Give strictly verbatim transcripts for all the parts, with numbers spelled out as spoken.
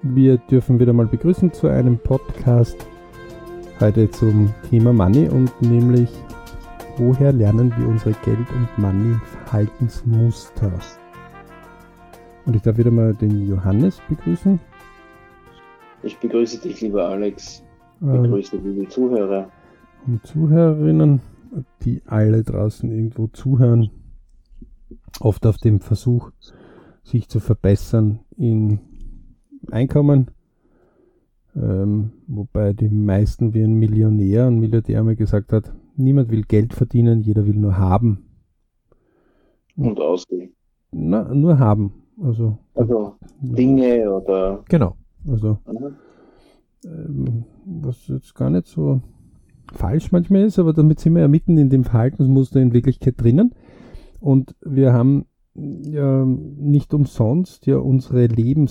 Wir dürfen wieder mal begrüßen zu einem Podcast heute zum Thema Money und nämlich, woher lernen wir unsere Geld- und Money-Verhaltensmuster? Und ich darf wieder mal den Johannes begrüßen. Ich begrüße dich, lieber Alex. Ich begrüße liebe Zuhörer. Und Zuhörerinnen, die alle draußen irgendwo zuhören, oft auf dem Versuch, sich zu verbessern in Einkommen, ähm, wobei die meisten wie ein Millionär und Milliardär mal gesagt hat, niemand will Geld verdienen, jeder will nur haben. Und, und ausgeben. Na, nur haben. Also, also Dinge oder... Genau. Also, ähm, was jetzt gar nicht so falsch manchmal ist, aber damit sind wir ja mitten in dem Verhaltensmuster in Wirklichkeit drinnen. Und wir haben ja nicht umsonst ja unsere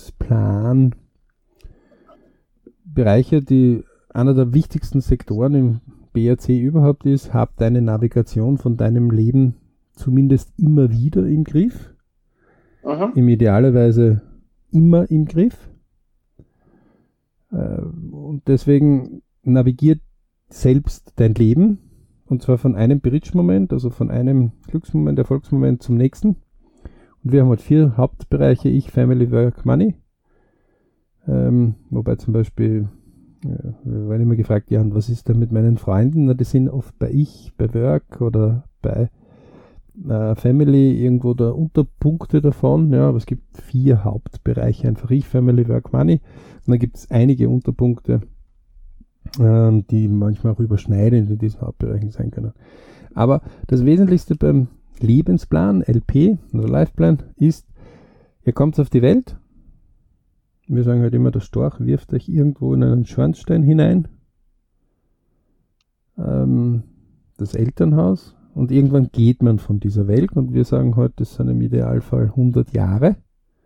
Lebensplanbereiche, die einer der wichtigsten Sektoren im B R C überhaupt ist, hab deine Navigation von deinem Leben zumindest immer wieder im Griff. Aha. Im idealerweise immer im Griff. Und deswegen navigiert selbst dein Leben, und zwar von einem Bridge-Moment, also von einem Glücksmoment, Erfolgsmoment zum nächsten. Und wir haben halt vier Hauptbereiche, ich, Family, Work, Money. Ähm, wobei zum Beispiel, ja, wir werden immer gefragt, ja, und was ist denn mit meinen Freunden? Na, die sind oft bei ich, bei Work oder bei äh, Family irgendwo da Unterpunkte davon. Ja, aber es gibt vier Hauptbereiche, einfach ich, Family, Work, Money. Und dann gibt es einige Unterpunkte, äh, die manchmal auch überschneidend in diesen Hauptbereichen sein können. Aber das Wesentlichste beim Lebensplan, L P, also Lifeplan, ist, ihr kommt auf die Welt. Wir sagen halt immer, der Storch wirft euch irgendwo in einen Schornstein hinein. Ähm, das Elternhaus. Und irgendwann geht man von dieser Welt. Und wir sagen heute, das sind im Idealfall hundert Jahre.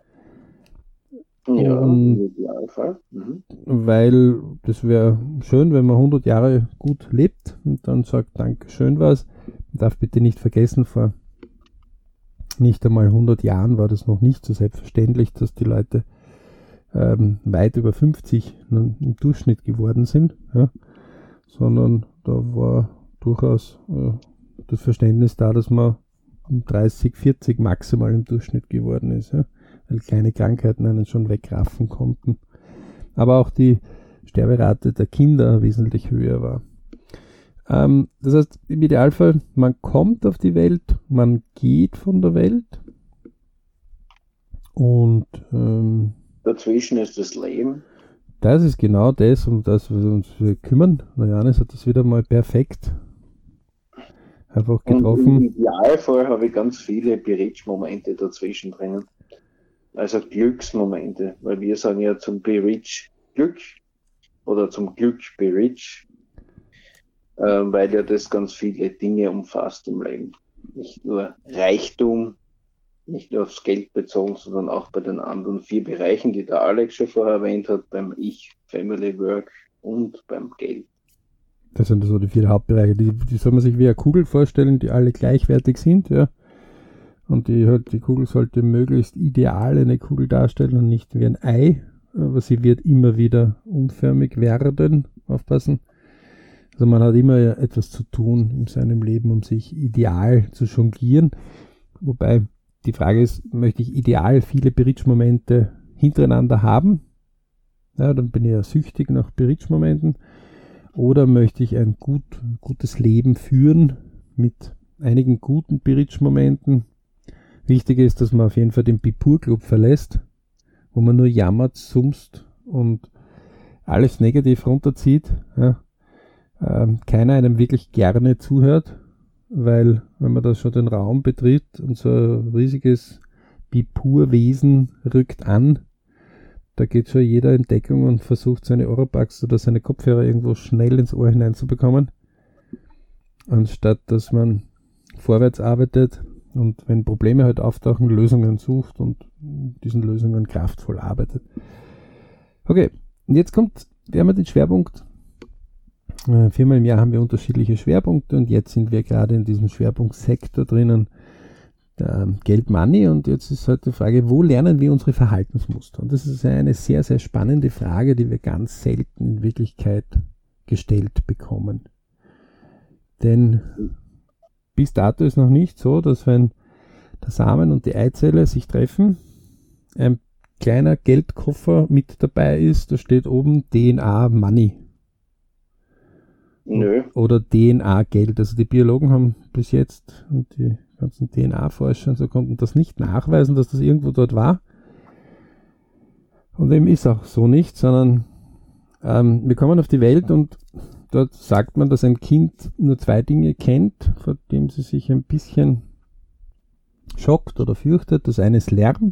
Ja, im Idealfall. Mhm. Weil das wäre schön, wenn man hundert Jahre gut lebt und dann sagt, danke, schön war's. Man darf bitte nicht vergessen, vor nicht einmal hundert Jahren war das noch nicht so selbstverständlich, dass die Leute ähm, weit über fünfzig im Durchschnitt geworden sind, ja, sondern da war durchaus äh, das Verständnis da, dass man dreißig, vierzig maximal im Durchschnitt geworden ist, ja, weil kleine Krankheiten einen schon wegraffen konnten. Aber auch die Sterberate der Kinder wesentlich höher war. Ähm, das heißt, im Idealfall, man kommt auf die Welt, man geht von der Welt und ähm, dazwischen ist das Leben. Das ist genau das, um das wir uns kümmern. Na, Johannes hat das wieder mal perfekt einfach getroffen. Und im Idealfall habe ich ganz viele Be-Rich-Momente dazwischen drinnen. Also Glücksmomente, weil wir sagen ja zum Be-Rich Glück oder zum Glück Be-Rich. Weil ja das ganz viele Dinge umfasst im Leben. Nicht nur Reichtum, nicht nur aufs Geld bezogen, sondern auch bei den anderen vier Bereichen, die der Alex schon vorher erwähnt hat, beim Ich, Family, Work und beim Geld. Das sind so die vier Hauptbereiche. Die, die soll man sich wie eine Kugel vorstellen, die alle gleichwertig sind, ja. Und die, halt, die Kugel sollte möglichst ideal eine Kugel darstellen und nicht wie ein Ei, aber sie wird immer wieder unförmig werden. Aufpassen. Also man hat immer etwas zu tun in seinem Leben, um sich ideal zu jonglieren. Wobei die Frage ist, möchte ich ideal viele Be-Rich-Momente hintereinander haben? Ja, dann bin ich ja süchtig nach Be-Rich-Momenten. Oder möchte ich ein gut, gutes Leben führen mit einigen guten Be-Rich-Momenten? Wichtig ist, dass man auf jeden Fall den Bipur-Club verlässt, wo man nur jammert, summst und alles negativ runterzieht. Ja. Ähm, keiner einem wirklich gerne zuhört, weil wenn man da schon den Raum betritt und so ein riesiges Bipur-Wesen rückt an, da geht schon jeder in Deckung und versucht seine Oropax oder seine Kopfhörer irgendwo schnell ins Ohr hineinzubekommen, anstatt dass man vorwärts arbeitet und wenn Probleme halt auftauchen, Lösungen sucht und diesen Lösungen kraftvoll arbeitet. Okay, und jetzt kommt, wir haben den Schwerpunkt. Viermal im Jahr haben wir unterschiedliche Schwerpunkte und jetzt sind wir gerade in diesem Schwerpunktsektor drinnen, der Geld Money, und jetzt ist halt die Frage, wo lernen wir unsere Verhaltensmuster? Und das ist eine sehr, sehr spannende Frage, die wir ganz selten in Wirklichkeit gestellt bekommen. Denn bis dato ist noch nicht so, dass wenn der Samen und die Eizelle sich treffen, ein kleiner Geldkoffer mit dabei ist, da steht oben D N A Money. Nö. Oder D N A Geld. Also die Biologen haben bis jetzt und die ganzen D N A-Forscher so konnten das nicht nachweisen, dass das irgendwo dort war. Und eben ist auch so nicht, sondern ähm, wir kommen auf die Welt und dort sagt man, dass ein Kind nur zwei Dinge kennt, vor dem sie sich ein bisschen schockt oder fürchtet. Das eine ist Lärm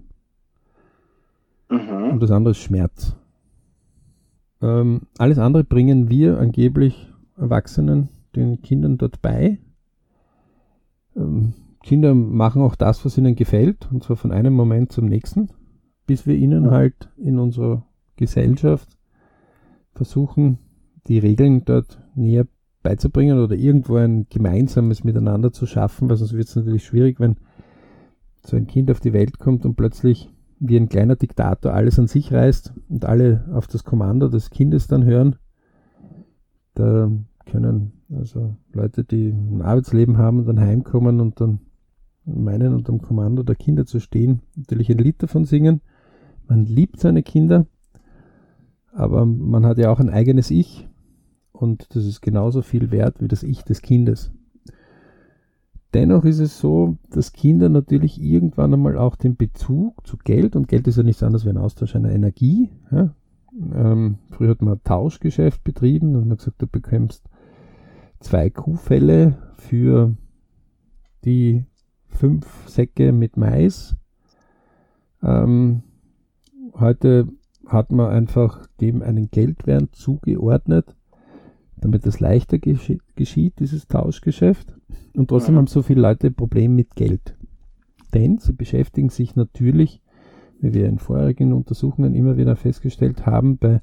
Mhm. und das andere ist Schmerz. Ähm, alles andere bringen wir angeblich Erwachsenen den Kindern dort bei. Ähm, Kinder machen auch das, was ihnen gefällt, und zwar von einem Moment zum nächsten, bis wir ihnen Ja. halt in unserer Gesellschaft versuchen, die Regeln dort näher beizubringen oder irgendwo ein gemeinsames Miteinander zu schaffen, weil sonst wird es natürlich schwierig, wenn so ein Kind auf die Welt kommt und plötzlich wie ein kleiner Diktator alles an sich reißt und alle auf das Kommando des Kindes dann hören. Da können also Leute, die ein Arbeitsleben haben und dann heimkommen und dann meinen, unter dem Kommando der Kinder zu stehen, natürlich ein Lied davon singen. Man liebt seine Kinder, aber man hat ja auch ein eigenes Ich, und das ist genauso viel wert wie das Ich des Kindes. Dennoch ist es so, dass Kinder natürlich irgendwann einmal auch den Bezug zu Geld, und Geld ist ja nichts anderes wie ein Austausch einer Energie. Ja? Ähm, früher hat man ein Tauschgeschäft betrieben und man hat gesagt, du bekommst zwei Kuhfelle für die fünf Säcke mit Mais. Ähm, heute hat man einfach dem einen Geldwert zugeordnet, damit das leichter gesche- geschieht, dieses Tauschgeschäft. Und trotzdem Mhm. haben so viele Leute ein Problem mit Geld. Denn sie beschäftigen sich natürlich, wie wir in vorherigen Untersuchungen immer wieder festgestellt haben, bei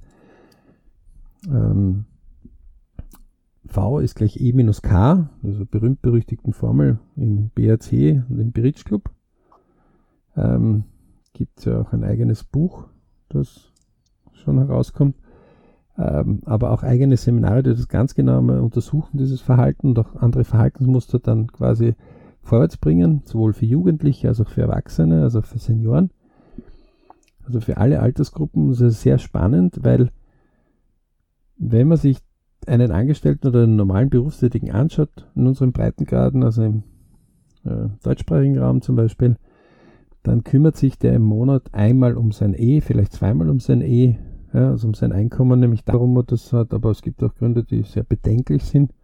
ähm, V ist gleich E minus K, also berühmt-berüchtigten Formel im B R C und im Bridge Club. Ähm, gibt es ja auch ein eigenes Buch, das schon herauskommt. Ähm, aber auch eigene Seminare, die das ganz genau mal untersuchen, dieses Verhalten, und auch andere Verhaltensmuster dann quasi vorwärts bringen, sowohl für Jugendliche als auch für Erwachsene, als auch für Senioren. Also für alle Altersgruppen ist es sehr spannend, weil wenn man sich einen Angestellten oder einen normalen Berufstätigen anschaut, in unseren Breitengraden, also im äh, deutschsprachigen Raum zum Beispiel, dann kümmert sich der im Monat einmal um sein E, vielleicht zweimal um sein E, ja, also um sein Einkommen, nämlich darum er das hat, aber es gibt auch Gründe, die sehr bedenklich sind.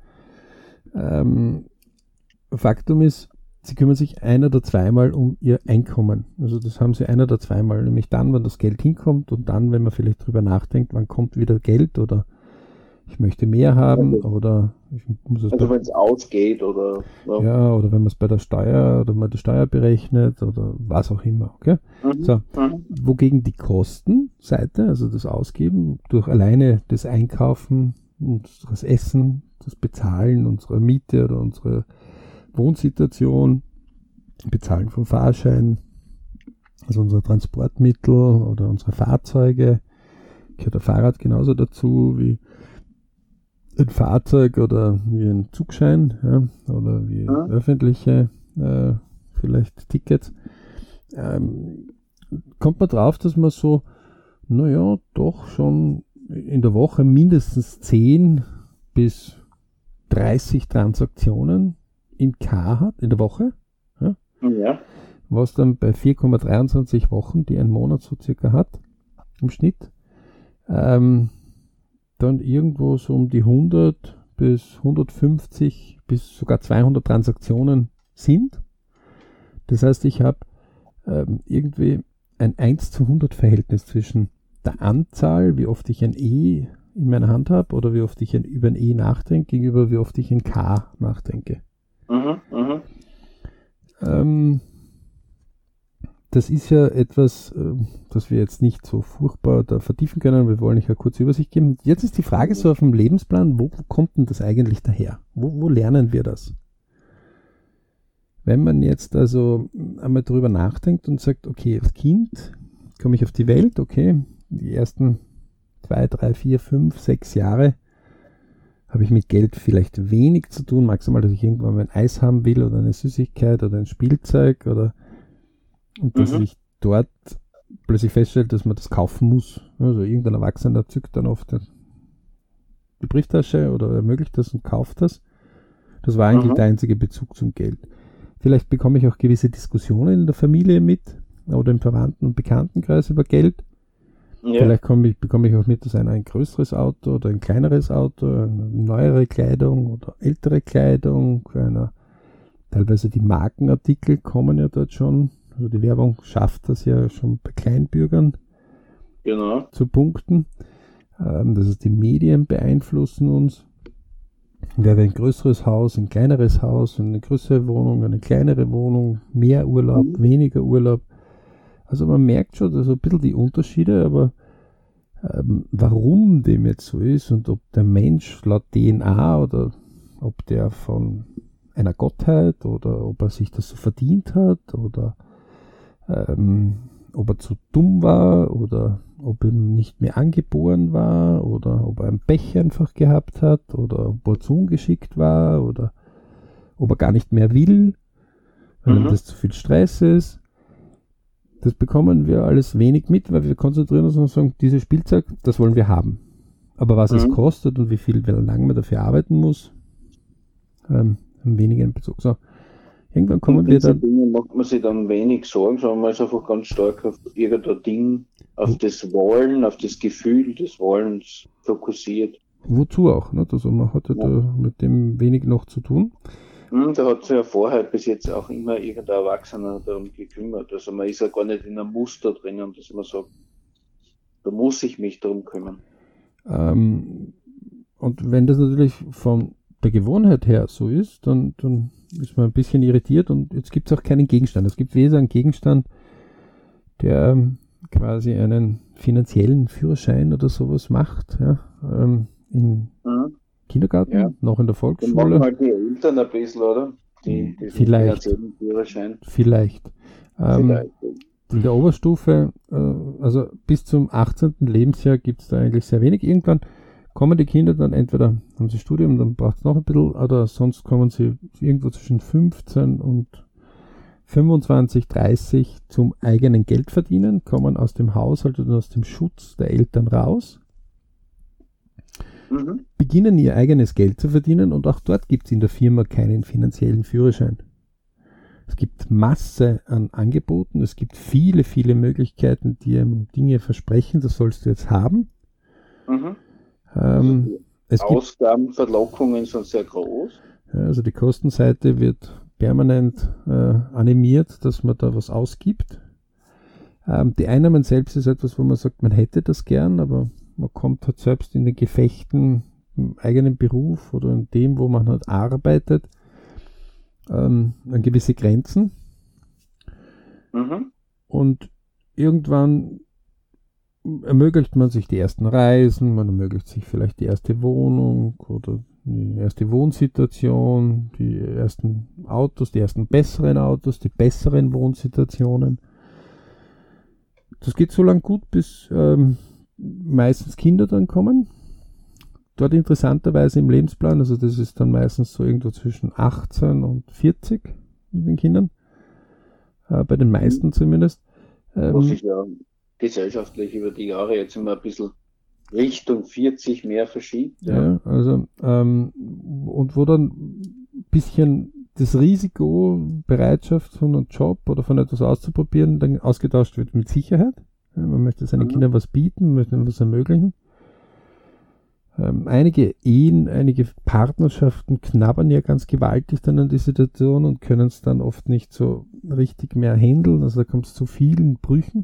Ähm, Faktum ist, sie kümmern sich ein oder zweimal um ihr Einkommen. Also das haben sie ein oder zweimal, nämlich dann, wenn das Geld hinkommt, und dann, wenn man vielleicht drüber nachdenkt, wann kommt wieder Geld, oder ich möchte mehr haben, Also- oder ich muss es Also bei, wenn es ausgeht oder ja. ja, oder wenn man es bei der Steuer oder man die Steuer berechnet oder was auch immer, okay? Mhm. So. Mhm. Wogegen die Kostenseite, also das Ausgeben durch alleine das Einkaufen, unseres Essen, das Bezahlen unserer Miete oder unserer Wohnsituation, Bezahlen vom Fahrschein, also unser Transportmittel oder unsere Fahrzeuge, gehört der Fahrrad genauso dazu wie ein Fahrzeug oder wie ein Zugschein, ja, oder wie Ja. öffentliche äh, vielleicht Tickets. Ähm, kommt man drauf, dass man so, naja, doch schon in der Woche mindestens zehn bis dreißig Transaktionen im K hat, in der Woche, Ja. was dann bei vier Komma dreiundzwanzig Wochen, die ein Monat so circa hat, im Schnitt, ähm, dann irgendwo so um die hundert bis hundertfünfzig bis sogar zweihundert Transaktionen sind. Das heißt, ich habe ähm, irgendwie ein eins zu hundert Verhältnis zwischen der Anzahl, wie oft ich ein E in meiner Hand habe oder wie oft ich ein, über ein E nachdenke, gegenüber wie oft ich ein K nachdenke. Mhm. Mhm. Ähm, das ist ja etwas, äh, das wir jetzt nicht so furchtbar da vertiefen können. Wir wollen euch eine kurze Übersicht geben. Jetzt ist die Frage so auf dem Lebensplan, wo kommt denn das eigentlich daher? Wo, wo lernen wir das? wenn man jetzt also einmal drüber nachdenkt und sagt, okay, als Kind komme ich auf die Welt, okay, die ersten zwei, drei, vier, fünf, sechs Jahre habe ich mit Geld vielleicht wenig zu tun, maximal, dass ich irgendwann mal ein Eis haben will oder eine Süßigkeit oder ein Spielzeug oder und dass Mhm. ich dort plötzlich feststelle, dass man das kaufen muss. Also irgendein Erwachsener zückt dann oft die Brieftasche oder ermöglicht das und kauft das. Das war eigentlich Mhm. der einzige Bezug zum Geld. Vielleicht bekomme ich auch gewisse Diskussionen in der Familie mit oder im Verwandten- und Bekanntenkreis über Geld. Ja. Vielleicht komme ich, bekomme ich auch mit, dass einer ein größeres Auto oder ein kleineres Auto, eine neuere Kleidung oder ältere Kleidung, einer, teilweise die Markenartikel kommen ja dort schon. Also die Werbung schafft das ja schon bei Kleinbürgern Genau. zu punkten. Ähm, das heißt, die Medien beeinflussen uns. Wer will ein größeres Haus, ein kleineres Haus, eine größere Wohnung, eine kleinere Wohnung, mehr Urlaub, Mhm. weniger Urlaub. Also man merkt schon, also ein bisschen die Unterschiede, aber ähm, warum dem jetzt so ist und ob der Mensch laut D N A oder ob der von einer Gottheit oder ob er sich das so verdient hat oder ähm, ob er zu dumm war oder ob er nicht mehr angeboren war oder ob er ein Pech einfach gehabt hat oder ob er zu ungeschickt war oder ob er gar nicht mehr will, weil ihm Mhm. das zu viel Stress ist. Das bekommen wir alles wenig mit, weil wir konzentrieren uns und sagen, dieses Spielzeug, das wollen wir haben. Aber was es Mhm. kostet und wie viel, wie lange man dafür arbeiten muss, ähm, haben weniger in Bezug. So, irgendwann Um kommen wir diese dann, Dinge macht man sich dann wenig Sorgen, sondern man ist einfach ganz stark auf irgendein Ding, auf Wo- das Wollen, auf das Gefühl des Wollens fokussiert. wozu auch, ne? Also man hat ja Ja. da mit dem wenig noch zu tun. Hm, Da hat sich ja vorher bis jetzt auch immer irgendein Erwachsener darum gekümmert. Also man ist ja gar nicht in einem Muster drinnen, dass man sagt, da muss ich mich darum kümmern. Ähm, und wenn das natürlich von der Gewohnheit her so ist, dann, dann ist man ein bisschen irritiert und jetzt gibt es auch keinen Gegenstand. Es gibt weder einen Gegenstand, der ähm, quasi einen finanziellen Führerschein oder sowas macht, ja, ähm, im Mhm. Kindergarten, Ja. noch in der Dann machen Volksschule, halt die Eltern ein bisschen, oder? Die, diesen vielleicht, finanziellen Führerschein. vielleicht. Ähm, Vielleicht. in der Oberstufe, äh, also bis zum achtzehnten Lebensjahr gibt es da eigentlich sehr wenig. Irgendwann kommen die Kinder dann entweder, haben sie Studium, dann braucht es noch ein bisschen, oder sonst kommen sie irgendwo zwischen fünfzehn und fünfundzwanzig, dreißig zum eigenen Geld verdienen, kommen aus dem Haushalt und aus dem Schutz der Eltern raus, Mhm. beginnen ihr eigenes Geld zu verdienen und auch dort gibt es in der Firma keinen finanziellen Führerschein. Es gibt Masse an Angeboten, es gibt viele, viele Möglichkeiten, die einem Dinge versprechen, das sollst du jetzt haben. Mhm. Ähm, es gibt, Ausgaben, Verlockungen sind sehr groß. ja, also die Kostenseite wird permanent äh, animiert, dass man da was ausgibt. Ähm, die Einnahmen selbst ist etwas, wo man sagt, man hätte das gern, aber man kommt halt selbst in den Gefechten im eigenen Beruf oder in dem, wo man halt arbeitet, ähm, an gewisse Grenzen. Mhm. Und irgendwann ermöglicht man sich die ersten Reisen, man ermöglicht sich vielleicht die erste Wohnung oder die erste Wohnsituation, die ersten Autos, die ersten besseren Autos, die besseren Wohnsituationen. Das geht so lang gut, bis ähm, meistens Kinder dann kommen. Dort interessanterweise im Lebensplan, also das ist dann meistens so irgendwo zwischen achtzehn und vierzig mit den Kindern, äh, bei den meisten zumindest. Was Ähm, sich ja gesellschaftlich über die Jahre jetzt immer ein bisschen Richtung vierzig mehr verschiebt. Ja. ja, also ähm, und wo dann ein bisschen das Risiko, Bereitschaft von einem Job oder von etwas auszuprobieren, dann ausgetauscht wird mit Sicherheit. Ja, man möchte seinen Mhm. Kindern was bieten, man möchte ihnen was ermöglichen. Ähm, einige Ehen, einige Partnerschaften knabbern ja ganz gewaltig dann an die Situation und können es dann oft nicht so richtig mehr handeln. Also da kommt es zu vielen Brüchen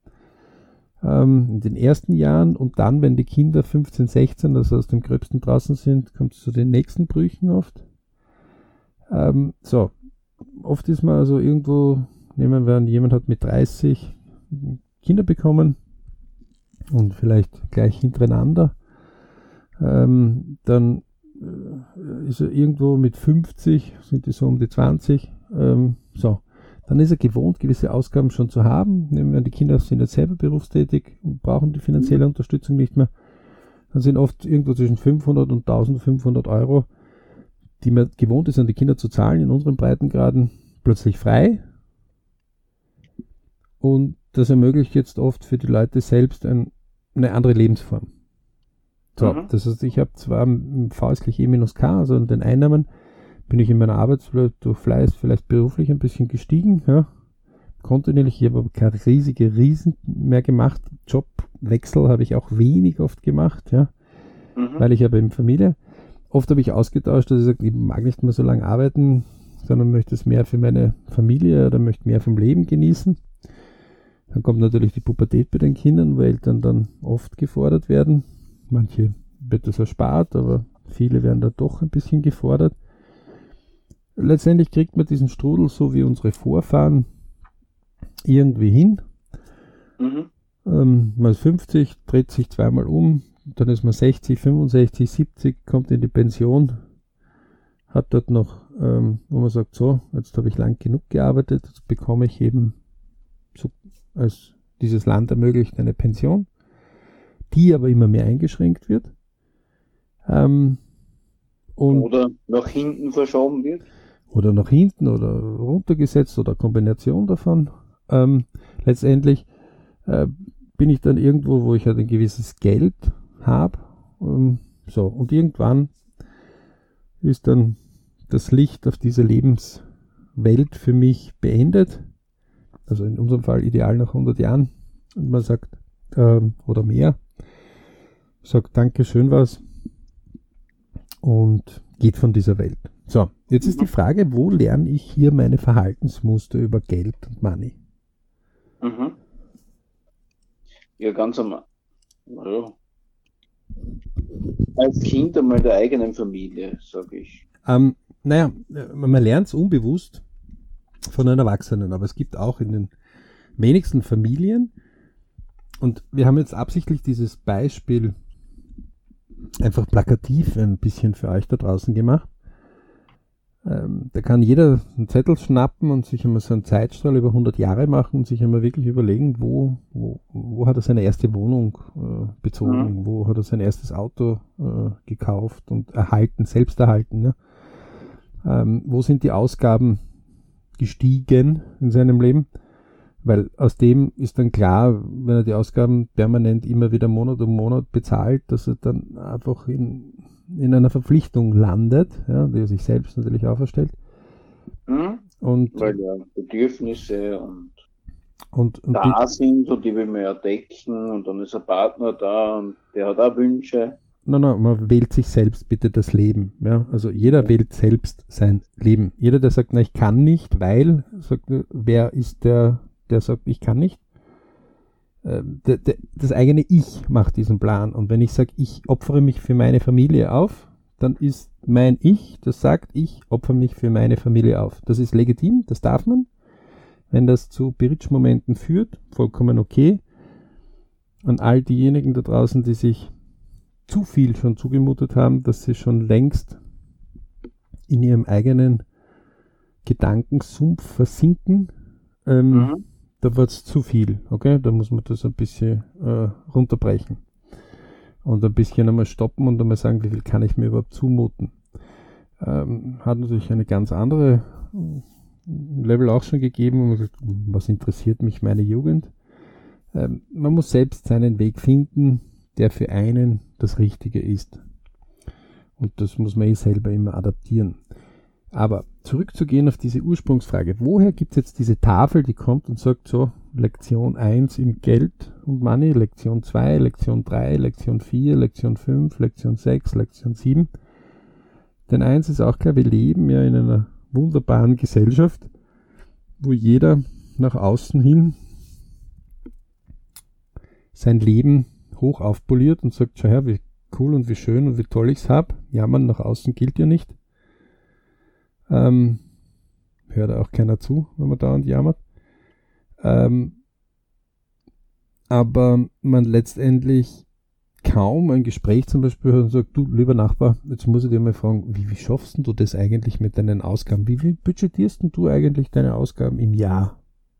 ähm, in den ersten Jahren und dann, wenn die Kinder fünfzehn, sechzehn, also aus dem Gröbsten draußen sind, kommt es zu den nächsten Brüchen oft. Ähm, so, oft ist man also irgendwo, nehmen wir an, jemand hat mit dreißig Kinder bekommen und vielleicht gleich hintereinander. Ähm, dann äh, ist er irgendwo mit fünfzig, sind die so um die zwanzig, Ähm, so, dann ist er gewohnt, gewisse Ausgaben schon zu haben. Nehmen wir an, die Kinder sind jetzt selber berufstätig und brauchen die finanzielle Unterstützung nicht mehr. Dann sind oft irgendwo zwischen fünfhundert und eintausendfünfhundert Euro, die man gewohnt ist, an die Kinder zu zahlen, in unseren Breitengraden, plötzlich frei. Und das ermöglicht jetzt oft für die Leute selbst ein, eine andere Lebensform. So, mhm. Das heißt, ich habe zwar V S gleich E minus K, also in den Einnahmen, bin ich in meiner Arbeit durch Fleiß vielleicht beruflich ein bisschen gestiegen, ja, kontinuierlich. Ich habe aber keine riesige Riesen mehr gemacht. Jobwechsel habe ich auch wenig oft gemacht, ja, mhm. weil ich habe eben Familie. Oft habe ich ausgetauscht, dass ich sage, ich mag nicht mehr so lange arbeiten, sondern möchte es mehr für meine Familie oder möchte mehr vom Leben genießen. Dann kommt natürlich die Pubertät bei den Kindern, wo Eltern dann oft gefordert werden. Manche wird das erspart, aber viele werden da doch ein bisschen gefordert. Letztendlich kriegt man diesen Strudel, so wie unsere Vorfahren, irgendwie hin. Mhm. Ähm, man ist fünfzig, dreht sich zweimal um, dann ist man sechzig, fünfundsechzig, siebzig, kommt in die Pension, hat dort noch, ähm, wo man sagt, so, jetzt habe ich lang genug gearbeitet, jetzt bekomme ich eben, so, als dieses Land ermöglicht, eine Pension, die aber immer mehr eingeschränkt wird. Ähm, und oder nach hinten verschoben wird. Oder nach hinten oder runtergesetzt oder Kombination davon. Ähm, letztendlich äh, bin ich dann irgendwo, wo ich halt ein gewisses Geld habe. Ähm, so, und irgendwann ist dann das Licht auf dieser Lebenswelt für mich beendet. Also in unserem Fall ideal nach hundert Jahren. Und man sagt, ähm, oder mehr, sagt Dankeschön was und geht von dieser Welt. So, jetzt ist die Frage, wo lerne ich hier meine Verhaltensmuster über Geld und Money? Mhm. Ja, ganz am ja. Als Kind einmal der eigenen Familie, sage ich. Ähm, naja, man lernt es unbewusst von einem Erwachsenen, aber es gibt auch in den wenigsten Familien, und wir haben jetzt absichtlich dieses Beispiel einfach plakativ ein bisschen für euch da draußen gemacht. Ähm, da kann jeder einen Zettel schnappen und sich einmal so einen Zeitstrahl über hundert Jahre machen und sich einmal wirklich überlegen, wo, wo, wo hat er seine erste Wohnung äh, bezogen, mhm. wo hat er sein erstes Auto äh, gekauft und erhalten, selbst erhalten. Ne? Ähm, wo sind die Ausgaben gestiegen in seinem Leben? Weil aus dem ist dann klar, wenn er die Ausgaben permanent immer wieder Monat um Monat bezahlt, dass er dann einfach in, in einer Verpflichtung landet, ja, die er sich selbst natürlich auferstellt. Mhm. Und, weil ja Bedürfnisse und, und, und da die, sind und die will man ja decken und dann ist ein Partner da und der hat auch Wünsche. Nein, nein, man wählt sich selbst bitte das Leben. Ja? Also jeder ja. wählt selbst sein Leben. Jeder, der sagt, na, ich kann nicht, weil, sagt, wer ist der, der sagt, ich kann nicht? Äh, der, der, das eigene Ich macht diesen Plan. Und wenn ich sage, ich opfere mich für meine Familie auf, dann ist mein Ich, das sagt, ich opfere mich für meine Familie auf. Das ist legitim, das darf man. Wenn das zu Berichtsmomenten führt, vollkommen okay. Und all diejenigen da draußen, die sich zu viel schon zugemutet haben, dass sie schon längst in ihrem eigenen Gedankensumpf versinken, ähm, mhm. da wird es zu viel, okay? Da muss man das ein bisschen äh, runterbrechen und ein bisschen einmal stoppen und einmal sagen, wie viel kann ich mir überhaupt zumuten. Ähm, hat natürlich eine ganz andere Level auch schon gegeben, und man sagt, was interessiert mich meine Jugend? Ähm, man muss selbst seinen Weg finden, der für einen das Richtige ist. Und das muss man eh selber immer adaptieren. Aber zurückzugehen auf diese Ursprungsfrage, woher gibt es jetzt diese Tafel, die kommt und sagt so, Lektion eins im Geld und Money, Lektion zwei, Lektion drei, Lektion vier, Lektion fünf, Lektion sechs, Lektion sieben. Denn eins ist auch klar, wir leben ja in einer wunderbaren Gesellschaft, wo jeder nach außen hin sein Leben hoch aufpoliert und sagt, schau her, wie cool und wie schön und wie toll ich es habe. Jammern nach außen gilt ja nicht. Ähm, hört auch keiner zu, wenn man dauernd jammert. Ähm, aber man letztendlich kaum ein Gespräch zum Beispiel und sagt, du, lieber Nachbar, jetzt muss ich dir mal fragen, wie, wie schaffst denn du das eigentlich mit deinen Ausgaben? Wie, wie budgetierst denn du eigentlich deine Ausgaben im Jahr?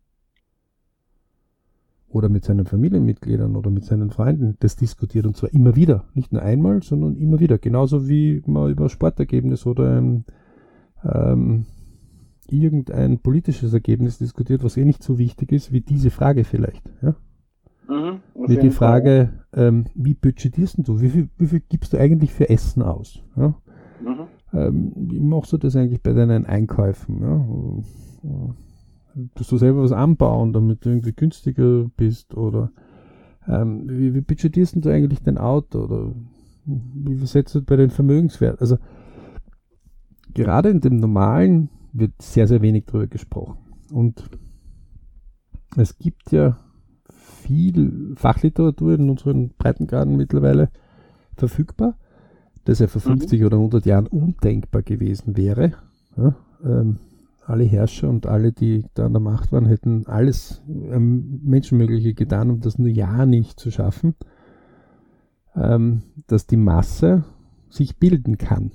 Oder mit seinen Familienmitgliedern oder mit seinen Freunden das diskutiert und zwar immer wieder. Nicht nur einmal, sondern immer wieder. Genauso wie man über Sportergebnis oder ein, ähm, irgendein politisches Ergebnis diskutiert, was eh nicht so wichtig ist wie diese Frage vielleicht. Ja? Mhm, wie die Frage, ähm, wie budgetierst du? Wie viel, wie viel gibst du eigentlich für Essen aus? Ja? Mhm. Ähm, wie machst du das eigentlich bei deinen Einkäufen? Ja? Tust du selber was anbauen, damit du irgendwie günstiger bist? Oder ähm, wie, wie budgetierst du eigentlich dein Auto? Oder wie, wie setzt du bei den Vermögenswerten? Also gerade in dem Normalen wird sehr, sehr wenig drüber gesprochen. Und es gibt ja viel Fachliteratur in unseren Breitengraden mittlerweile verfügbar, das ja vor fünfzig mhm. oder hundert Jahren undenkbar gewesen wäre. Ja, ähm, alle Herrscher und alle, die da an der Macht waren, hätten alles ähm, Menschenmögliche getan, um das nur ja nicht zu schaffen, ähm, dass die Masse sich bilden kann.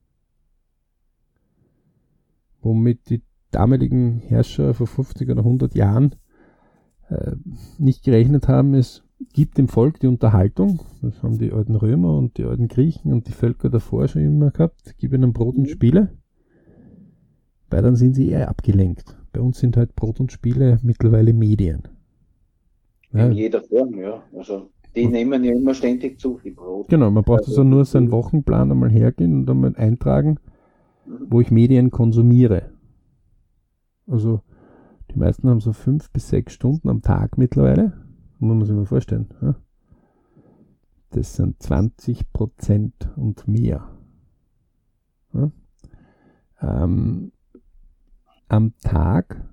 Womit die damaligen Herrscher vor fünfzig oder hundert Jahren äh, nicht gerechnet haben, es gibt dem Volk die Unterhaltung, das haben die alten Römer und die alten Griechen und die Völker davor schon immer gehabt, gib ihnen Brot und Spiele, weil dann sind sie eher abgelenkt. Bei uns sind halt Brot und Spiele mittlerweile Medien. In ja. jeder Form, ja. Also die und, nehmen ja immer ständig zu viel Brot. Genau, man braucht also nur seinen Wochenplan einmal hergehen und einmal eintragen, mhm. wo ich Medien konsumiere. Also die meisten haben so fünf bis sechs Stunden am Tag mittlerweile. Muss man sich mal vorstellen. Ja? Das sind zwanzig Prozent und mehr. Ja? Ähm, am Tag,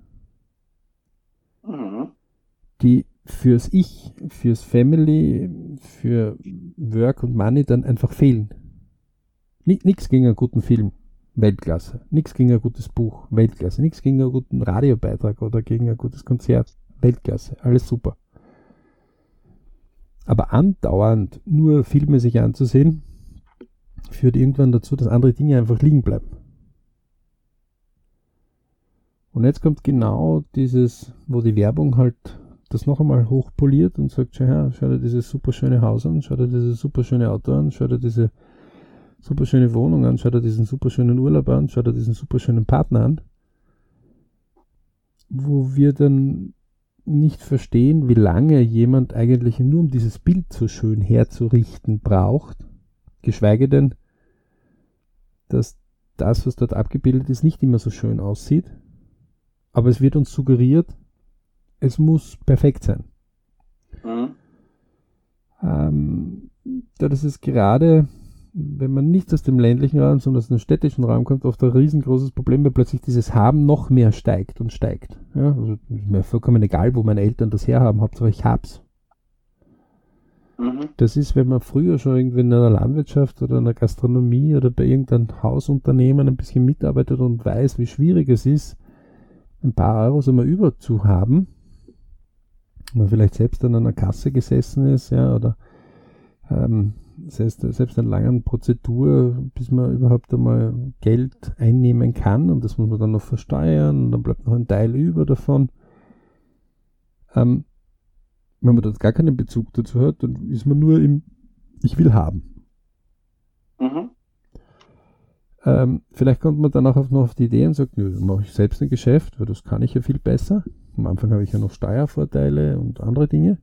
mhm. die fürs Ich, fürs Family, für Work und Money dann einfach fehlen. Nichts gegen einen guten Film. Weltklasse. Nichts gegen ein gutes Buch, Weltklasse. Nichts gegen einen guten Radiobeitrag oder gegen ein gutes Konzert, Weltklasse. Alles super. Aber andauernd nur Filme sich anzusehen, führt irgendwann dazu, dass andere Dinge einfach liegen bleiben. Und jetzt kommt genau dieses, wo die Werbung halt das noch einmal hochpoliert und sagt, schau her, schau dir dieses super schöne Haus an, schau dir dieses super schöne Auto an, schau dir diese super schöne Wohnung an, schau dir diesen super schönen Urlaub an, schau dir diesen super schönen Partner an, wo wir dann nicht verstehen, wie lange jemand eigentlich nur um dieses Bild so schön herzurichten braucht, geschweige denn, dass das, was dort abgebildet ist, nicht immer so schön aussieht, aber es wird uns suggeriert, es muss perfekt sein. Mhm. Ähm, da das ist gerade, wenn man nicht aus dem ländlichen Raum, sondern aus dem städtischen Raum kommt, oft ein riesengroßes Problem, weil plötzlich dieses Haben noch mehr steigt und steigt. Ja, also ist mir vollkommen egal, wo meine Eltern das herhaben, Hauptsache ich hab's. Mhm. Das ist, wenn man früher schon irgendwie in einer Landwirtschaft oder einer Gastronomie oder bei irgendeinem Hausunternehmen ein bisschen mitarbeitet und weiß, wie schwierig es ist, ein paar Euros einmal über zu haben, man vielleicht selbst an einer Kasse gesessen ist, ja, oder ähm, das heißt, selbst eine lange Prozedur, bis man überhaupt einmal Geld einnehmen kann und das muss man dann noch versteuern und dann bleibt noch ein Teil über davon. Ähm, wenn man dort gar keinen Bezug dazu hat, dann ist man nur im Ich will haben. Mhm. Ähm, vielleicht kommt man dann auch noch auf die Idee und sagt, nö, dann mache ich selbst ein Geschäft, weil das kann ich ja viel besser. Am Anfang habe ich ja noch Steuervorteile und andere Dinge.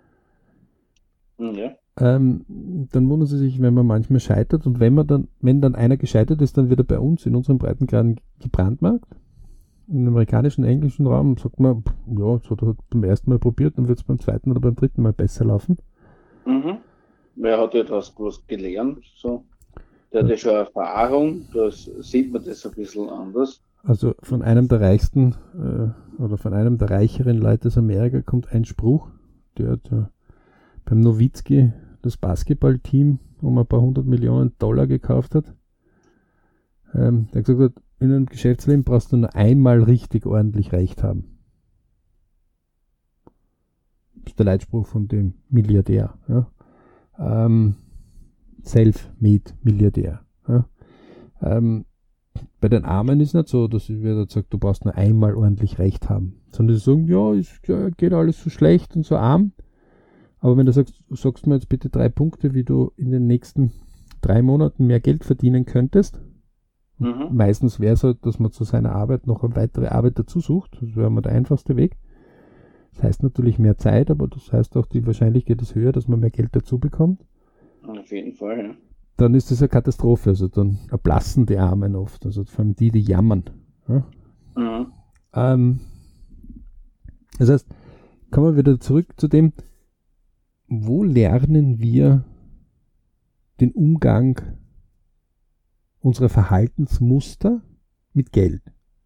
Ja. Ähm, dann wundern sie sich, wenn man manchmal scheitert und wenn man dann, wenn dann einer gescheitert ist, dann wird er bei uns in unseren Breitengraden gebrandmarkt. Im amerikanischen, englischen Raum sagt man, ja, das hat er beim ersten Mal probiert, dann wird es beim zweiten oder beim dritten Mal besser laufen. Mhm. Wer hat ja das was gelernt, so. Der hat ja schon Erfahrung, da sieht man das ein bisschen anders. Also von einem der reichsten äh, oder von einem der reicheren Leute aus Amerika kommt ein Spruch, der hat äh, beim Nowitzki das Basketballteam um ein paar hundert Millionen Dollar gekauft hat. Ähm, der hat gesagt hat, in einem Geschäftsleben brauchst du nur einmal richtig ordentlich Recht haben. Das ist der Leitspruch von dem Milliardär. Ja. ähm, Self-Made-Milliardär. Ja? Ähm, bei den Armen ist es nicht so, dass ich wieder sage, du brauchst nur einmal ordentlich Recht haben. Sondern sie sagen, ja, es geht alles so schlecht und so arm. Aber wenn du sagst, sagst mir jetzt bitte drei Punkte, wie du in den nächsten drei Monaten mehr Geld verdienen könntest. Mhm. Meistens wäre es halt, dass man zu seiner Arbeit noch eine weitere Arbeit dazu sucht. Das wäre mal der einfachste Weg. Das heißt natürlich mehr Zeit, aber das heißt auch, die Wahrscheinlichkeit ist höher, dass man mehr Geld dazu bekommt. Auf jeden Fall, ja. Dann ist das eine Katastrophe. Also dann erblassen die Armen oft. Also vor allem die, die jammern. Ja? Mhm. Ähm, das heißt, kommen wir wieder zurück zu dem, wo lernen wir den Umgang unserer Verhaltensmuster mit Geld?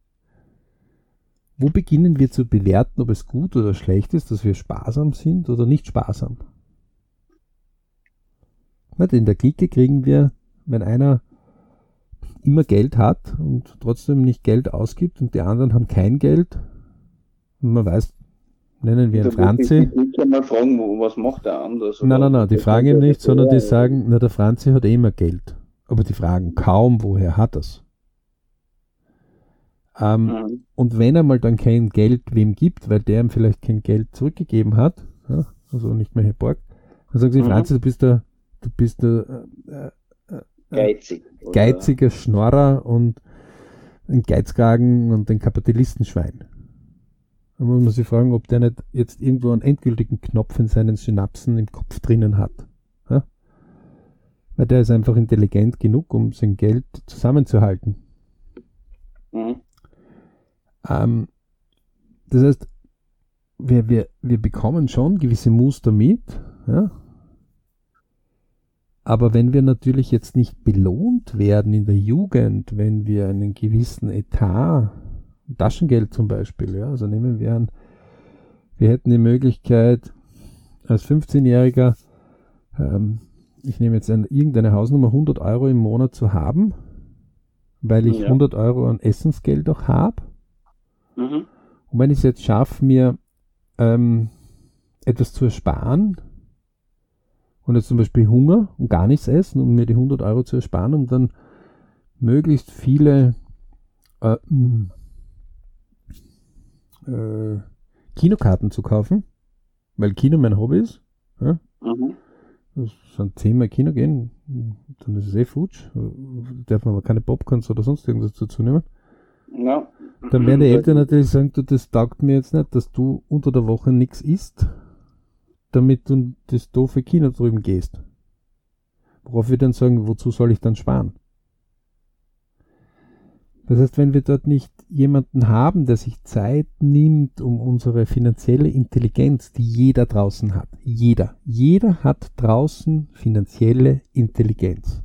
Wo beginnen wir zu bewerten, ob es gut oder schlecht ist, dass wir sparsam sind oder nicht sparsam? In der Clique kriegen wir, wenn einer immer Geld hat und trotzdem nicht Geld ausgibt und die anderen haben kein Geld und man weiß, nennen wir ihn Franzi. Ich kann mal fragen, was macht der anders? Nein, nein, nein, die fragen ihn nicht, sondern die sagen, na, der Franzi hat eh immer Geld. Aber die fragen kaum, woher hat er's? Ähm, mhm. Und wenn er mal dann kein Geld wem gibt, weil der ihm vielleicht kein Geld zurückgegeben hat, ja, also nicht mehr geborgt, dann sagen sie, mhm. Franzi, du bist der, du bist der äh, äh, Geizig, geiziger Schnorrer und ein Geizkragen und ein Kapitalistenschwein. Da muss man sich fragen, ob der nicht jetzt irgendwo einen endgültigen Knopf in seinen Synapsen im Kopf drinnen hat. Ja? Weil der ist einfach intelligent genug, um sein Geld zusammenzuhalten. Mhm. Ähm, das heißt, wir, wir, wir bekommen schon gewisse Muster mit, ja? Aber wenn wir natürlich jetzt nicht belohnt werden in der Jugend, wenn wir einen gewissen Etat, Taschengeld zum Beispiel, ja, also nehmen wir an, wir hätten die Möglichkeit, als fünfzehnjähriger, ähm, ich nehme jetzt eine, irgendeine Hausnummer, hundert Euro im Monat zu haben, weil ich ja. hundert Euro an Essensgeld auch habe. Mhm. Und wenn ich es jetzt schaffe, mir ähm, etwas zu ersparen und jetzt zum Beispiel Hunger und gar nichts essen, um mir die hundert Euro zu ersparen, um dann möglichst viele äh, äh, Kinokarten zu kaufen, weil Kino mein Hobby ist. Ja? Mhm. Das sind zehnmal Kino gehen, dann ist es eh futsch. Darf man aber keine Popcorns oder sonst irgendwas dazu nehmen. Ja. Dann werden die Eltern natürlich sagen, du, das taugt mir jetzt nicht, dass du unter der Woche nichts isst, damit du das doofe Kino drüben gehst. Worauf wir dann sagen, wozu soll ich dann sparen? Das heißt, wenn wir dort nicht jemanden haben, der sich Zeit nimmt, um unsere finanzielle Intelligenz, die jeder draußen hat, jeder, jeder hat draußen finanzielle Intelligenz.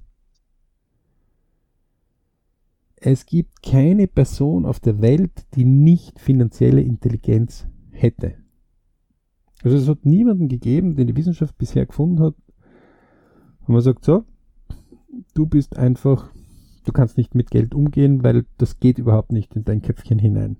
Es gibt keine Person auf der Welt, die nicht finanzielle Intelligenz hätte. Also es hat niemanden gegeben, den die Wissenschaft bisher gefunden hat, wo man sagt, so, du bist einfach, du kannst nicht mit Geld umgehen, weil das geht überhaupt nicht in dein Köpfchen hinein.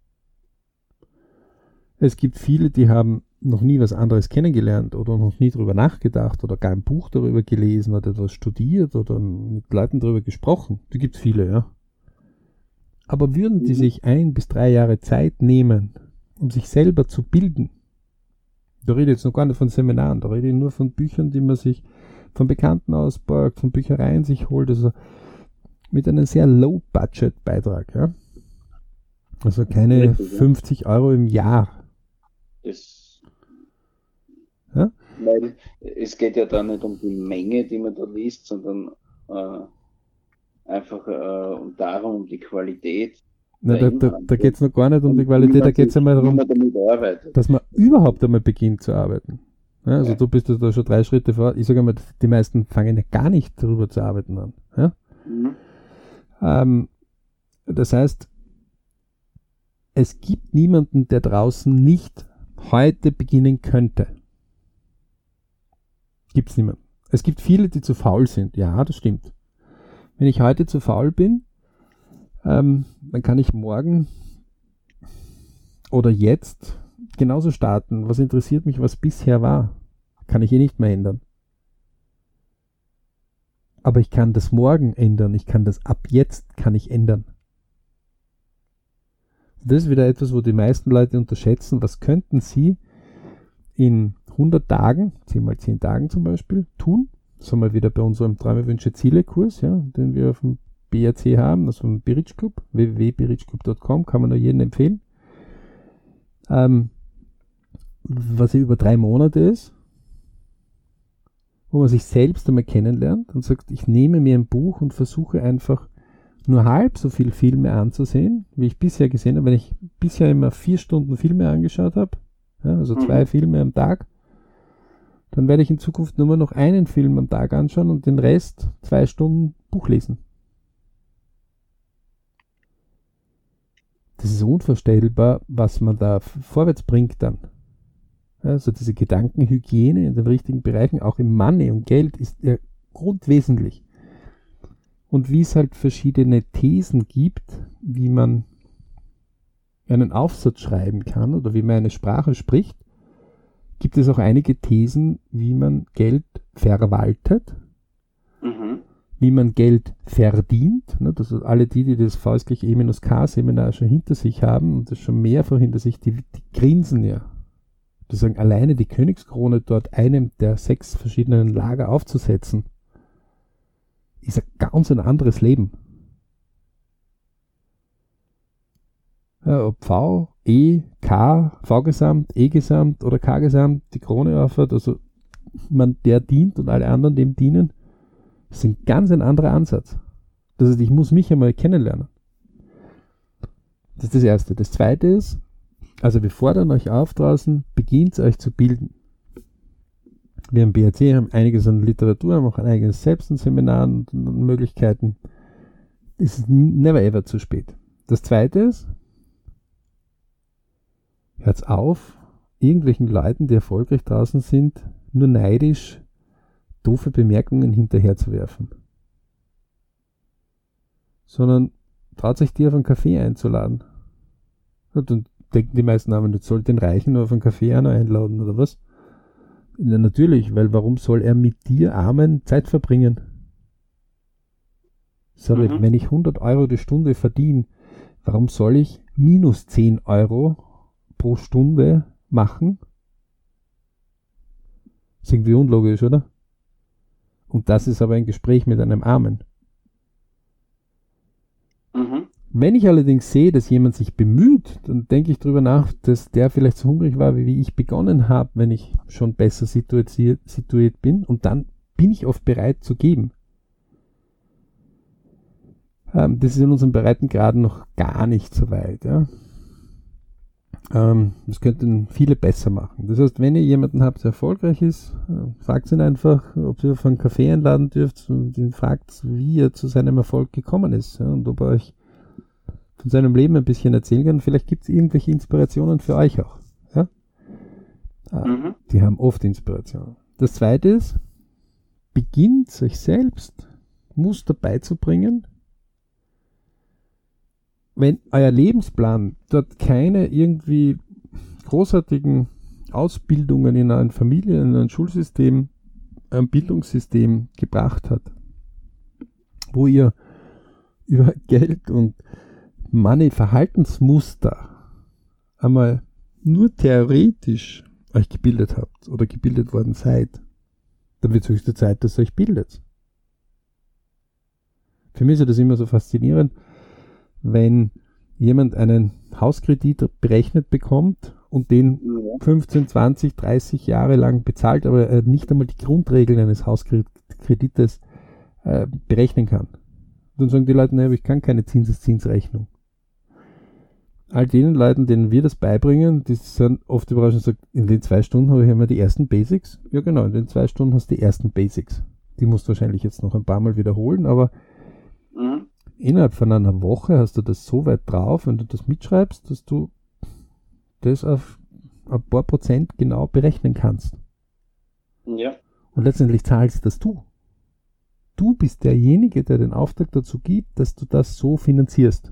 Es gibt viele, die haben noch nie was anderes kennengelernt oder noch nie darüber nachgedacht oder gar ein Buch darüber gelesen oder etwas studiert oder mit Leuten darüber gesprochen. Die gibt es viele, ja. Aber würden die sich ein bis drei Jahre Zeit nehmen, um sich selber zu bilden, da rede ich jetzt noch gar nicht von Seminaren, da rede ich nur von Büchern, die man sich von Bekannten ausborgt, von Büchereien sich holt, also mit einem sehr Low-Budget-Beitrag, ja. Also keine fünfzig Euro im Jahr. Das, ja? Weil es geht ja da nicht um die Menge, die man da liest, sondern äh, einfach äh, darum, um die Qualität. Na, da da, da geht es noch gar nicht um die Qualität, da geht es einmal darum, dass man überhaupt einmal beginnt zu arbeiten. Ja, also ja. Du bist da schon drei Schritte vor. Ich sage mal, die meisten fangen ja gar nicht darüber zu arbeiten an. Ja? Mhm. Ähm, das heißt, es gibt niemanden, der draußen nicht heute beginnen könnte. Gibt es niemanden. Es gibt viele, die zu faul sind. Ja, das stimmt. Wenn ich heute zu faul bin, ähm, dann kann ich morgen oder jetzt genauso starten. Was interessiert mich, was bisher war? Kann ich eh nicht mehr ändern. aber ich kann das morgen ändern. Ich kann das ab jetzt kann ich ändern. Das ist wieder etwas, wo die meisten Leute unterschätzen. Was könnten sie in hundert Tagen, zehn mal zehn Tagen zum Beispiel, tun? Das haben wir wieder bei unserem Träume, Wünsche, Ziele Kurs, ja, den wir auf dem B R C haben, also vom Berich Club, w w w punkt berich club punkt com, kann man nur jedem empfehlen. Ähm, was ja über drei Monate ist, wo man sich selbst einmal kennenlernt und sagt, ich nehme mir ein Buch und versuche einfach nur halb so viel Filme anzusehen, wie ich bisher gesehen habe. Wenn ich bisher immer vier Stunden Filme angeschaut habe, ja, also mhm. zwei Filme am Tag, dann werde ich in Zukunft nur noch einen Film am Tag anschauen und den Rest zwei Stunden Buch lesen. Das ist unvorstellbar, was man da vorwärts bringt dann. Also diese Gedankenhygiene in den richtigen Bereichen, auch im Money und Geld, ist ja grundwesentlich. Und wie es halt verschiedene Thesen gibt, wie man einen Aufsatz schreiben kann oder wie man eine Sprache spricht, gibt es auch einige Thesen, wie man Geld verwaltet, mhm. wie man Geld verdient. Also alle die, die das V S gleich E minus K Seminar schon hinter sich haben und das schon mehrfach hinter sich, die, die grinsen ja. Die sagen, alleine die Königskrone dort einem der sechs verschiedenen Lager aufzusetzen, ist ein ganz ein anderes Leben. Ja, ob V, E, K, V-Gesamt, E-Gesamt oder K-Gesamt die Krone aufhört, also man der dient und alle anderen dem dienen, das ist ein ganz ein anderer Ansatz. Das heißt, ich muss mich einmal kennenlernen. Das ist das Erste. Das Zweite ist, also wir fordern euch auf draußen, beginnt euch zu bilden. Wir im B R C haben einiges an Literatur, haben auch ein eigenes Selbst- und Seminaren und, und Möglichkeiten. Es ist never ever zu spät. Das Zweite ist, hört's auf, irgendwelchen Leuten, die erfolgreich draußen sind, nur neidisch doofe Bemerkungen hinterher zu werfen. Sondern traut sich, die auf einen Kaffee einzuladen. Und dann denken die meisten, aber jetzt soll den Reichen nur auf einen Kaffee auch noch einladen, oder was? Ja, natürlich, weil warum soll er mit dir Armen Zeit verbringen? So, mhm. Wenn ich hundert Euro die Stunde verdiene, warum soll ich minus zehn Euro pro Stunde machen? Das ist irgendwie unlogisch, oder? Und das ist aber ein Gespräch mit einem Armen. Mhm. Wenn ich allerdings sehe, dass jemand sich bemüht, dann denke ich darüber nach, dass der vielleicht so hungrig war, wie ich begonnen habe, wenn ich schon besser situiert, situiert bin. Und dann bin ich oft bereit zu geben. Ähm, das ist in unserem Breitengrad noch gar nicht so weit. Ja. Ähm, das könnten viele besser machen. Das heißt, wenn ihr jemanden habt, der erfolgreich ist, äh, fragt ihn einfach, ob ihr auf einen Kaffee einladen dürft und ihn fragt, wie er zu seinem Erfolg gekommen ist, ja, und ob er euch von seinem Leben ein bisschen erzählen kann. Vielleicht gibt es irgendwelche Inspirationen für euch auch. Ja? Ah, mhm. Die haben oft Inspiration. Das Zweite ist, beginnt euch selbst Muster beizubringen. Wenn euer Lebensplan dort keine irgendwie großartigen Ausbildungen in ein Familien-, in ein Schulsystem, ein Bildungssystem gebracht hat, wo ihr über Geld und Money-Verhaltensmuster einmal nur theoretisch euch gebildet habt oder gebildet worden seid, dann wird es höchste Zeit, dass ihr euch bildet. Für mich ist das immer so faszinierend, wenn jemand einen Hauskredit berechnet bekommt und den fünfzehn, zwanzig, dreißig Jahre lang bezahlt, aber er nicht einmal die Grundregeln eines Hauskredites äh, berechnen kann. Dann sagen die Leute, naja, ich kann keine Zinseszinsrechnung. All denen Leuten, denen wir das beibringen, die sind oft überrascht und sagen, in den zwei Stunden habe ich immer die ersten Basics. Ja genau, in den zwei Stunden hast du die ersten Basics. Die musst du wahrscheinlich jetzt noch ein paar Mal wiederholen, aber mhm. innerhalb von einer Woche hast du das so weit drauf, wenn du das mitschreibst, dass du das auf ein paar Prozent genau berechnen kannst. Ja. Und letztendlich zahlst das du. Du bist derjenige, der den Auftrag dazu gibt, dass du das so finanzierst.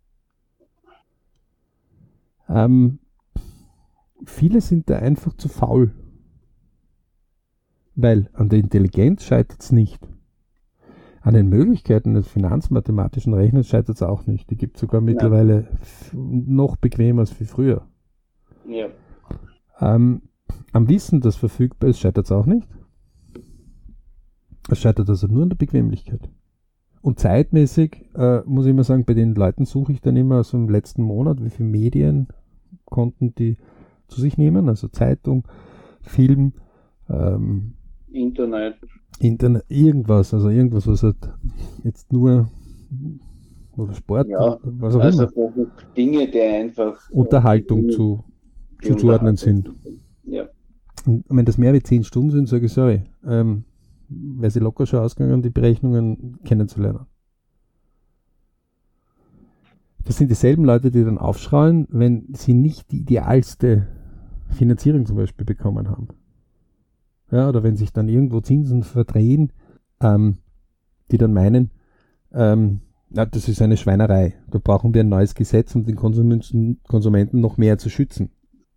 Ähm, viele sind da einfach zu faul. Weil an der Intelligenz scheitert es nicht. An den Möglichkeiten des finanzmathematischen Rechnens scheitert es auch nicht. Die gibt es sogar mittlerweile f- noch bequemer als wie früher. Ja. Ähm, am Wissen, das verfügbar ist, scheitert es auch nicht. Es scheitert also nur an der Bequemlichkeit. Und zeitmäßig äh, muss ich immer sagen, bei den Leuten suche ich dann immer so im letzten Monat, wie viele Medien konnten die zu sich nehmen, also Zeitung, Film, ähm, Internet. Internet, irgendwas, also irgendwas, was halt jetzt nur oder Sport, Ja, was auch also immer, Dinge, die einfach Unterhaltung die, zu, die zuzuordnen sind. Ja. Und wenn das mehr wie zehn Stunden sind, sage ich, sorry, ähm, wäre sie locker schon ausgegangen, die Berechnungen kennenzulernen. Das sind dieselben Leute, die dann aufschreien, wenn sie nicht die idealste Finanzierung zum Beispiel bekommen haben. Ja, oder wenn sich dann irgendwo Zinsen verdrehen, ähm, die dann meinen, ähm, na, das ist eine Schweinerei. Da brauchen wir ein neues Gesetz, um den Konsumenten, Konsumenten noch mehr zu schützen.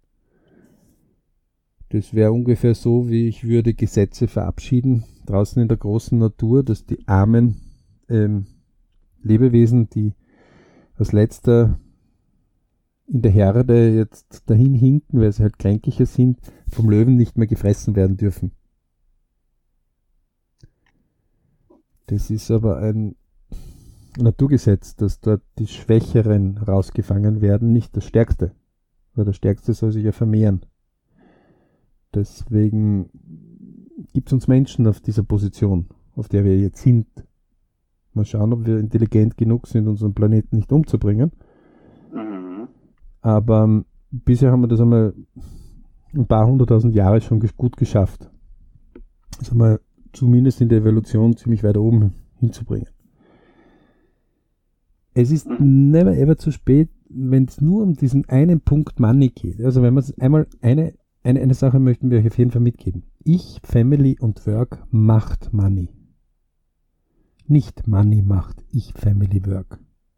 Das wäre ungefähr so, wie ich würde Gesetze verabschieden, draußen in der großen Natur, dass die armen ähm, Lebewesen, die als letzter in der Herde jetzt dahin hinken, weil sie halt kränklicher sind, vom Löwen nicht mehr gefressen werden dürfen. Das ist aber ein Naturgesetz, dass dort die Schwächeren rausgefangen werden, nicht das Stärkste. Weil der Stärkste soll sich ja vermehren. Deswegen gibt es uns Menschen auf dieser Position, auf der wir jetzt sind. Mal schauen, ob wir intelligent genug sind, unseren Planeten nicht umzubringen. Mhm. Aber ähm, bisher haben wir das einmal ein paar hunderttausend Jahre schon gut geschafft. Das haben wir zumindest in der Evolution ziemlich weit oben hinzubringen. Es ist mhm. never ever zu spät, wenn es nur um diesen einen Punkt Money geht. Also wenn man einmal eine, eine, eine Sache möchten wir euch auf jeden Fall mitgeben. Ich, Family und Work macht Money. Nicht Money macht ich, Family, Work.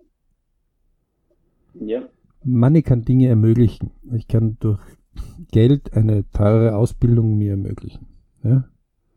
Ja. Money kann Dinge ermöglichen. Ich kann durch Geld eine teure Ausbildung mir ermöglichen. Ja?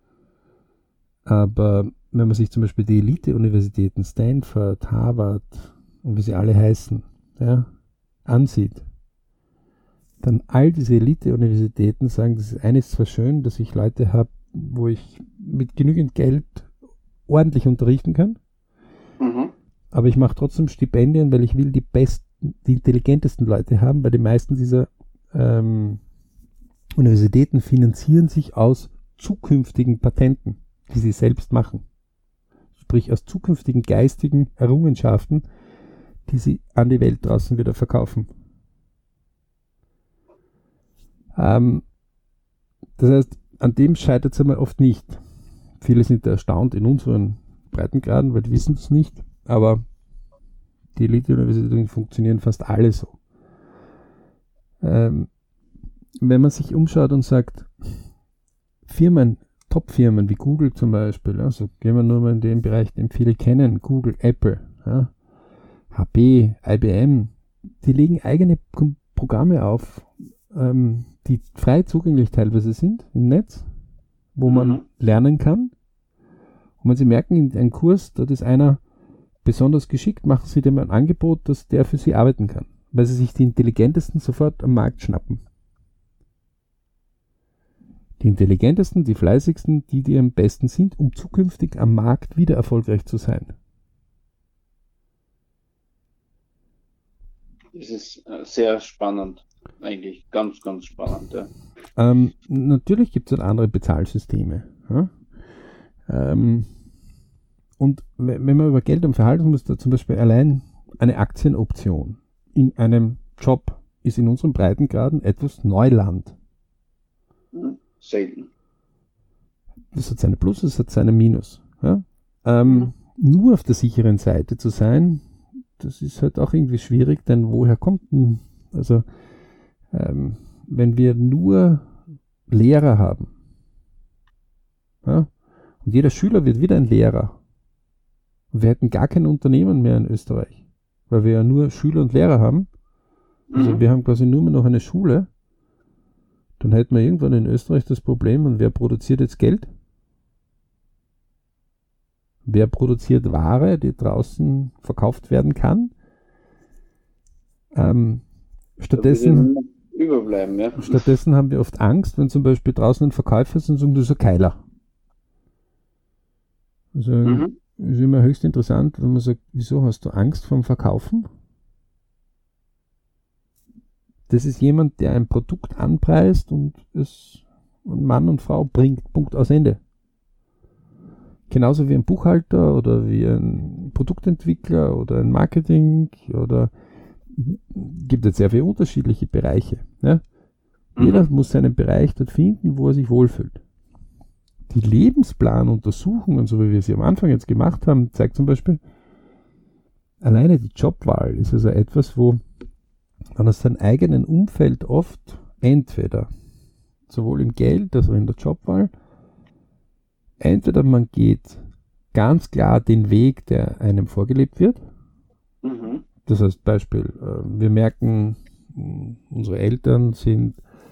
Aber wenn man sich zum Beispiel die Elite-Universitäten, Stanford, Harvard und wie sie alle heißen, ja, ansieht, dann all diese Elite-Universitäten sagen, das eine ist zwar schön, dass ich Leute habe, wo ich mit genügend Geld ordentlich unterrichten kann, mhm. aber ich mache trotzdem Stipendien, weil ich will die besten, die intelligentesten Leute haben, weil die meisten dieser ähm, Universitäten finanzieren sich aus zukünftigen Patenten, die sie selbst machen. Sprich aus zukünftigen geistigen Errungenschaften, die sie an die Welt draußen wieder verkaufen. Ähm, das heißt, an dem scheitert es einmal oft nicht. Viele sind erstaunt in unseren Breitengraden, weil die wissen das nicht, aber die Elite-Universitäten funktionieren fast alle so. Ähm, wenn man sich umschaut und sagt, Firmen, Top-Firmen wie Google zum Beispiel, also gehen wir nur mal in den Bereich, den viele kennen, Google, Apple, ja, H P, I B M, die legen eigene Programme auf, ähm, die frei zugänglich teilweise sind im Netz, wo man mhm. lernen kann. Und wenn Sie merken, in einem Kurs, dort ist einer besonders geschickt, machen Sie dem ein Angebot, dass der für Sie arbeiten kann, weil Sie sich die Intelligentesten sofort am Markt schnappen. Die Intelligentesten, die fleißigsten, die, die am besten sind, um zukünftig am Markt wieder erfolgreich zu sein. Das ist sehr spannend, eigentlich ganz, ganz spannend. Ja. Ähm, natürlich gibt es andere Bezahlsysteme. Ja? Ähm, und wenn man über Geld und Verhalten muss, da zum Beispiel allein eine Aktienoption in einem Job ist in unseren Breitengraden etwas Neuland. Selten. Das hat seine Plus, das hat seine Minus. Ja? Ähm, mhm. Nur auf der sicheren Seite zu sein, das ist halt auch irgendwie schwierig, denn woher kommt denn, also ähm, wenn wir nur Lehrer haben, ja, und jeder Schüler wird wieder ein Lehrer, und wir hätten gar kein Unternehmen mehr in Österreich, weil wir ja nur Schüler und Lehrer haben, also mhm. wir haben quasi nur mehr noch eine Schule, dann hätten wir irgendwann in Österreich das Problem, und wer produziert jetzt Geld? Wer produziert Ware, die draußen verkauft werden kann? Ähm, stattdessen, überbleiben, ja. stattdessen haben wir oft Angst, wenn zum Beispiel draußen ein Verkäufer ist und sagen, du bist ein Keiler. Also mhm. ist immer höchst interessant, wenn man sagt, wieso hast du Angst vorm Verkaufen? Das ist jemand, der ein Produkt anpreist und es Mann und Frau bringt. Punkt, aus Ende. Genauso wie ein Buchhalter oder wie ein Produktentwickler oder ein Marketing oder gibt es sehr viele unterschiedliche Bereiche. Ja? Mhm. Jeder muss seinen Bereich dort finden, wo er sich wohlfühlt. Die Lebensplanuntersuchungen, so wie wir sie am Anfang jetzt gemacht haben, zeigt zum Beispiel, alleine die Jobwahl ist also etwas, wo man aus seinem eigenen Umfeld oft entweder sowohl im Geld als auch in der Jobwahl, entweder man geht ganz klar den Weg, der einem vorgelebt wird. Mhm. Das heißt, Beispiel, wir merken, unsere Eltern sind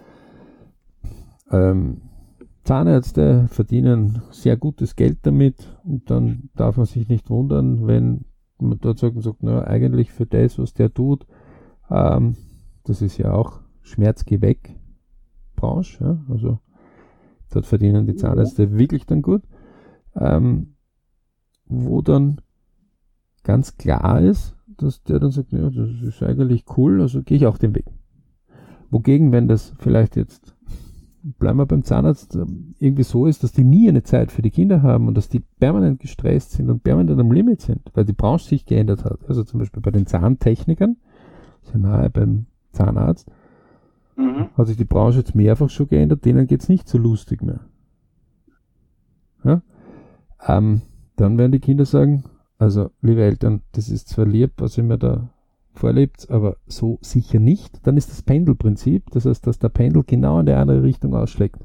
ähm, Zahnärzte, verdienen sehr gutes Geld damit und dann darf man sich nicht wundern, wenn man dort sagt, sagt naja, eigentlich für das, was der tut, ähm, das ist ja auch Schmerzgeh-weg-Branche, ja? Also dort verdienen die Zahnärzte ja wirklich dann gut, ähm, wo dann ganz klar ist, dass der dann sagt, ja, das ist eigentlich cool, also gehe ich auch den Weg. Wogegen, wenn das vielleicht jetzt, bleiben wir beim Zahnarzt, irgendwie so ist, dass die nie eine Zeit für die Kinder haben und dass die permanent gestresst sind und permanent am Limit sind, weil die Branche sich geändert hat. Also zum Beispiel bei den Zahntechnikern, sehr nahe beim Zahnarzt, mhm. hat sich die Branche jetzt mehrfach schon geändert, denen geht es nicht so lustig mehr. Ja? Ähm, dann werden die Kinder sagen, also liebe Eltern, das ist zwar lieb, was ihr mir da vorlebt, aber so sicher nicht. Dann ist das Pendelprinzip, das heißt, dass der Pendel genau in die andere Richtung ausschlägt.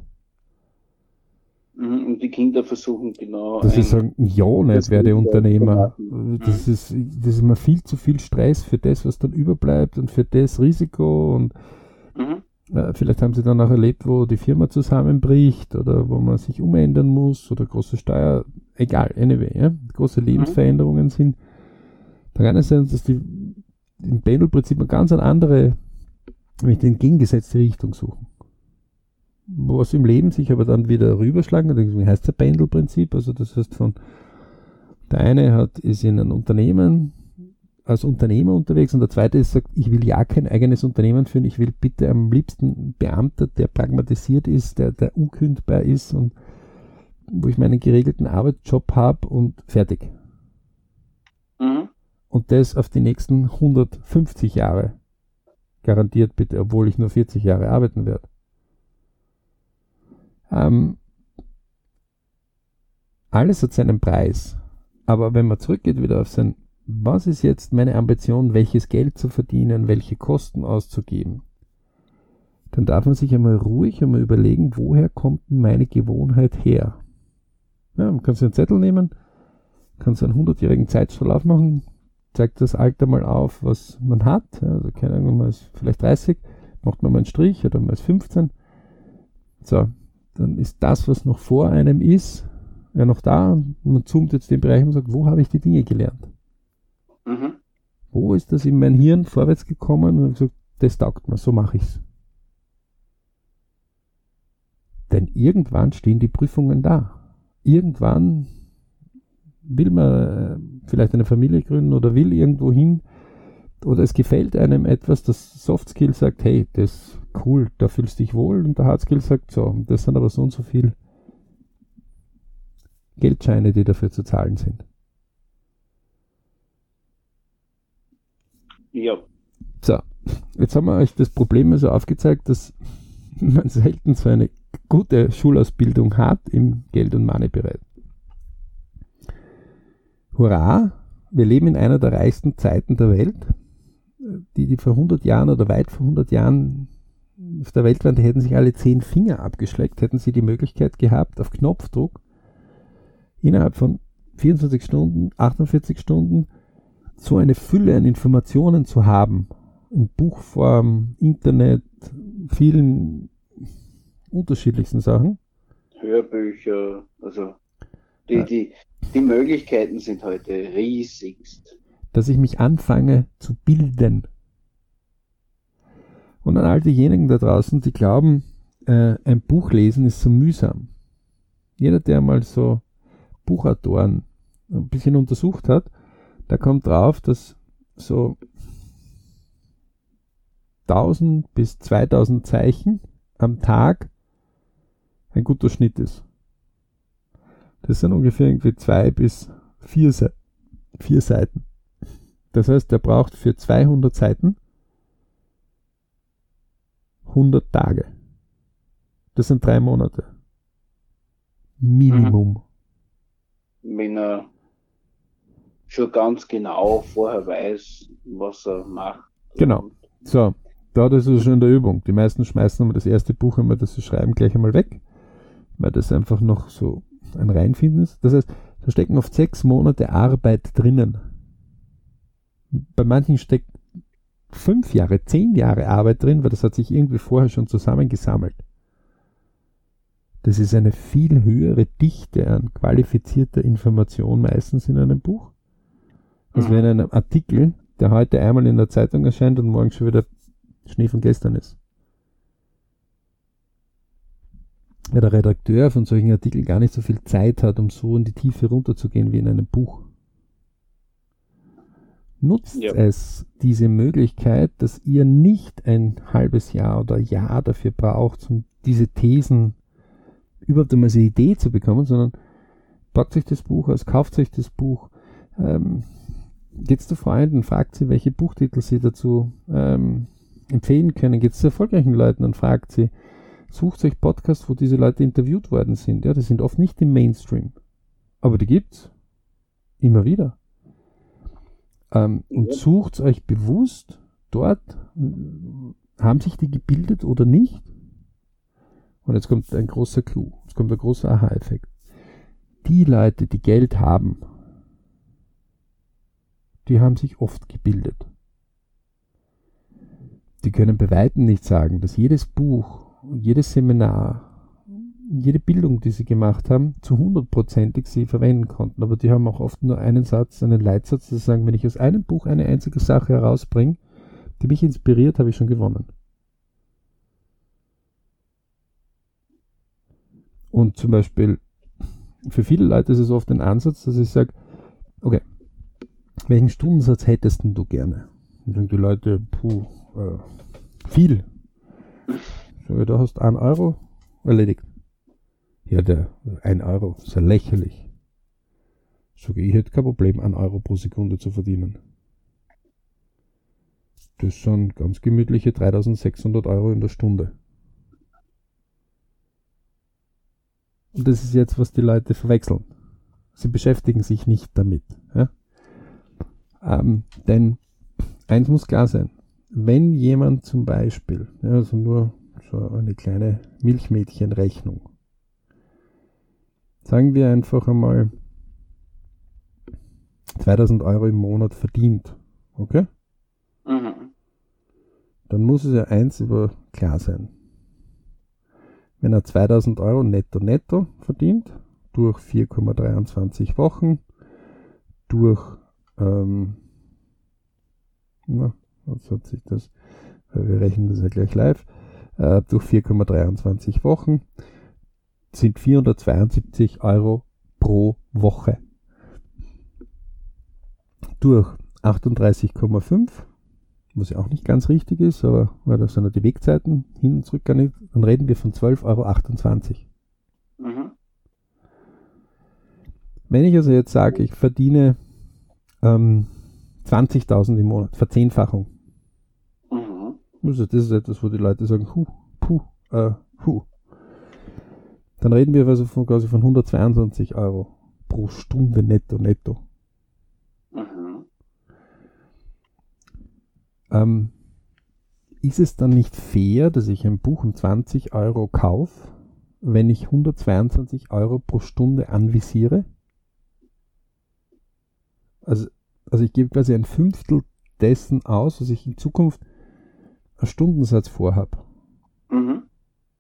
Und die Kinder versuchen genau... Dass sie sagen, ja, nicht werde Unternehmer. Das ist, das ist immer viel zu viel Stress für das, was dann überbleibt und für das Risiko und mhm. äh, vielleicht haben sie dann auch erlebt, wo die Firma zusammenbricht oder wo man sich umändern muss oder große Steuer, egal, anyway, ja? Große Lebensveränderungen mhm. sind. Da kann es sein, dass die im Pendelprinzip eine ganz andere, nämlich die entgegengesetzte Richtung suchen. Was im Leben sich aber dann wieder rüberschlagen, wie heißt das Pendelprinzip? Also das heißt von, der eine hat, ist in einem Unternehmen als Unternehmer unterwegs und der zweite ist, sagt, ich will ja kein eigenes Unternehmen führen, ich will bitte am liebsten Beamter, der pragmatisiert ist, der, der unkündbar ist und wo ich meinen geregelten Arbeitsjob habe und fertig. Mhm. Und das auf die nächsten hundertfünfzig Jahre. Garantiert bitte, obwohl ich nur vierzig Jahre arbeiten werde. Ähm, alles hat seinen Preis. Aber wenn man zurückgeht wieder auf sein, was ist jetzt meine Ambition, welches Geld zu verdienen, welche Kosten auszugeben, dann darf man sich einmal ruhig einmal überlegen, woher kommt meine Gewohnheit her. Ja, man kann sich einen Zettel nehmen, kann so einen hundertjährigen Zeitverlauf machen, zeigt das Alter mal auf, was man hat. Also keine Ahnung, man ist vielleicht dreißig, macht man mal einen Strich oder man ist fünfzehn. So, dann ist das, was noch vor einem ist, ja noch da und man zoomt jetzt den Bereich und sagt, wo habe ich die Dinge gelernt? Mhm. Wo ist das in mein Hirn vorwärts gekommen und gesagt, das taugt mir, so mache ich es. Denn irgendwann stehen die Prüfungen da. Irgendwann will man vielleicht eine Familie gründen oder will irgendwo hin oder es gefällt einem etwas, das Soft Skill sagt, hey, das ist cool, da fühlst du dich wohl und der Hard Skill sagt, so, das sind aber so und so viel Geldscheine, die dafür zu zahlen sind. Ja. So, jetzt haben wir euch das Problem also aufgezeigt, dass man selten so eine gute Schulausbildung hat im Geld- und Money-Bereich. Hurra, wir leben in einer der reichsten Zeiten der Welt. Die, die vor hundert Jahren oder weit vor hundert Jahren auf der Welt waren, die hätten sich alle zehn Finger abgeschleckt, hätten sie die Möglichkeit gehabt, auf Knopfdruck innerhalb von vierundzwanzig Stunden, achtundvierzig Stunden so eine Fülle an Informationen zu haben, in Buchform, Internet, vielen unterschiedlichsten Sachen. Hörbücher, also die, ja. die Die Möglichkeiten sind heute riesigst. Dass ich mich anfange zu bilden. Und an all diejenigen da draußen, die glauben, äh, ein Buch lesen ist so mühsam. Jeder, der mal so Buchautoren ein bisschen untersucht hat, der kommt drauf, dass so tausend bis zweitausend Zeichen am Tag ein guter Schnitt ist. Das sind ungefähr irgendwie zwei bis vier, Se- vier Seiten. Das heißt, der braucht für zweihundert Seiten hundert Tage. Das sind drei Monate. Minimum. Wenn er schon ganz genau vorher weiß, was er macht. Genau. So, da ist es schon in der Übung. Die meisten schmeißen immer das erste Buch, immer das sie schreiben, gleich einmal weg, weil das einfach noch so ein Reinfinden ist. Das heißt, da stecken oft sechs Monate Arbeit drinnen. Bei manchen steckt fünf Jahre, zehn Jahre Arbeit drin, weil das hat sich irgendwie vorher schon zusammengesammelt. Das ist eine viel höhere Dichte an qualifizierter Information meistens in einem Buch, als wenn ein Artikel, der heute einmal in der Zeitung erscheint und morgen schon wieder Schnee von gestern ist. Weil der Redakteur von solchen Artikeln gar nicht so viel Zeit hat, um so in die Tiefe runterzugehen wie in einem Buch. Nutzt ja. es diese Möglichkeit, dass ihr nicht ein halbes Jahr oder Jahr dafür braucht, um diese Thesen überhaupt einmal eine Idee zu bekommen, sondern packt euch das Buch aus, kauft euch das Buch, ähm, geht zu Freunden, fragt sie, welche Buchtitel sie dazu ähm, empfehlen können, geht zu erfolgreichen Leuten und fragt sie, sucht euch Podcasts, wo diese Leute interviewt worden sind. Ja, die sind oft nicht im Mainstream, aber die gibt's immer wieder. Ähm, ja. Und sucht euch bewusst dort, haben sich die gebildet oder nicht? Und jetzt kommt ein großer Clou, jetzt kommt ein großer Aha-Effekt. Die Leute, die Geld haben, die haben sich oft gebildet. Die können bei weitem nicht sagen, dass jedes Buch, jedes Seminar, jede Bildung, die sie gemacht haben, zu hundertprozentig sie verwenden konnten. Aber die haben auch oft nur einen Satz, einen Leitsatz, zu sagen, wenn ich aus einem Buch eine einzige Sache herausbringe, die mich inspiriert, habe ich schon gewonnen. Und zum Beispiel, für viele Leute ist es oft ein Ansatz, dass ich sage, okay, welchen Stundensatz hättest denn du gerne? Und sagen die Leute, puh, äh, viel. So, ja, da hast du einen Euro erledigt. Ja, der ein Euro ist ja lächerlich. So, ich hätte kein Problem, einen Euro pro Sekunde zu verdienen. Das sind ganz gemütliche dreitausendsechshundert Euro in der Stunde. Und das ist jetzt, was die Leute verwechseln. Sie beschäftigen sich nicht damit. Ja? Ähm, denn eins muss klar sein. Wenn jemand zum Beispiel, ja, also nur so eine kleine Milchmädchenrechnung, sagen wir einfach einmal zweitausend Euro im Monat verdient, okay? Mhm. Dann muss es ja eins über klar sein. Wenn er zweitausend Euro netto netto verdient, durch vier Komma dreiundzwanzig Wochen, durch, ähm, na, was hat sich das, wir rechnen das ja gleich live, äh, durch vier Komma dreiundzwanzig Wochen sind vierhundertzweiundsiebzig Euro pro Woche. Durch achtunddreißig Komma fünf, was ja auch nicht ganz richtig ist, aber weil das sind ja die Wegzeiten hin und zurück gar nicht, dann reden wir von zwölf Euro achtundzwanzig. Mhm. Wenn ich also jetzt sage, ich verdiene ähm, zwanzigtausend im Monat, Verzehnfachung. Mhm. Also das ist etwas, wo die Leute sagen, hu, puh, äh, hu. Dann reden wir also von, quasi von hundertzweiundzwanzig Euro pro Stunde netto, netto. Mhm. Ähm, ist es dann nicht fair, dass ich ein Buch um zwanzig Euro kaufe, wenn ich hundertzweiundzwanzig Euro pro Stunde anvisiere? Also, also ich gebe quasi ein Fünftel dessen aus, was ich in Zukunft als Stundensatz vorhabe. Mhm.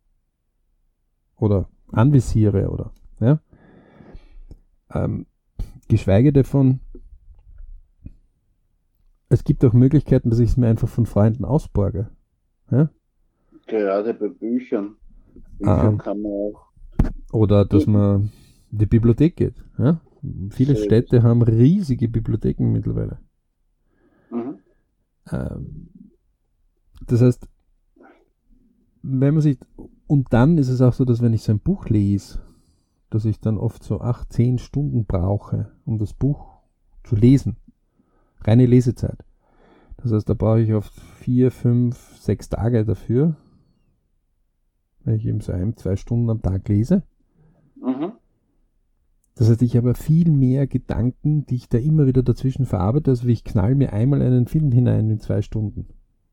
Oder anvisiere, oder, ja. Ähm, Geschweige davon, es gibt auch Möglichkeiten, dass ich es mir einfach von Freunden ausborge. Ja? Gerade bei Büchern. Bücher Ah. kann man auch. Oder dass man in die Bibliothek geht. Ja? Viele Sehr Städte haben riesige Bibliotheken mittlerweile. Mhm. Ähm, das heißt, wenn man sich, und dann ist es auch so, dass wenn ich so ein Buch lese, dass ich dann oft so acht, zehn Stunden brauche, um das Buch zu lesen. Reine Lesezeit. Das heißt, da brauche ich oft vier, fünf, sechs Tage dafür, wenn ich eben so ein, zwei Stunden am Tag lese. Mhm. Das heißt, ich habe viel mehr Gedanken, die ich da immer wieder dazwischen verarbeite, als wie ich knall mir einmal einen Film hinein in zwei Stunden.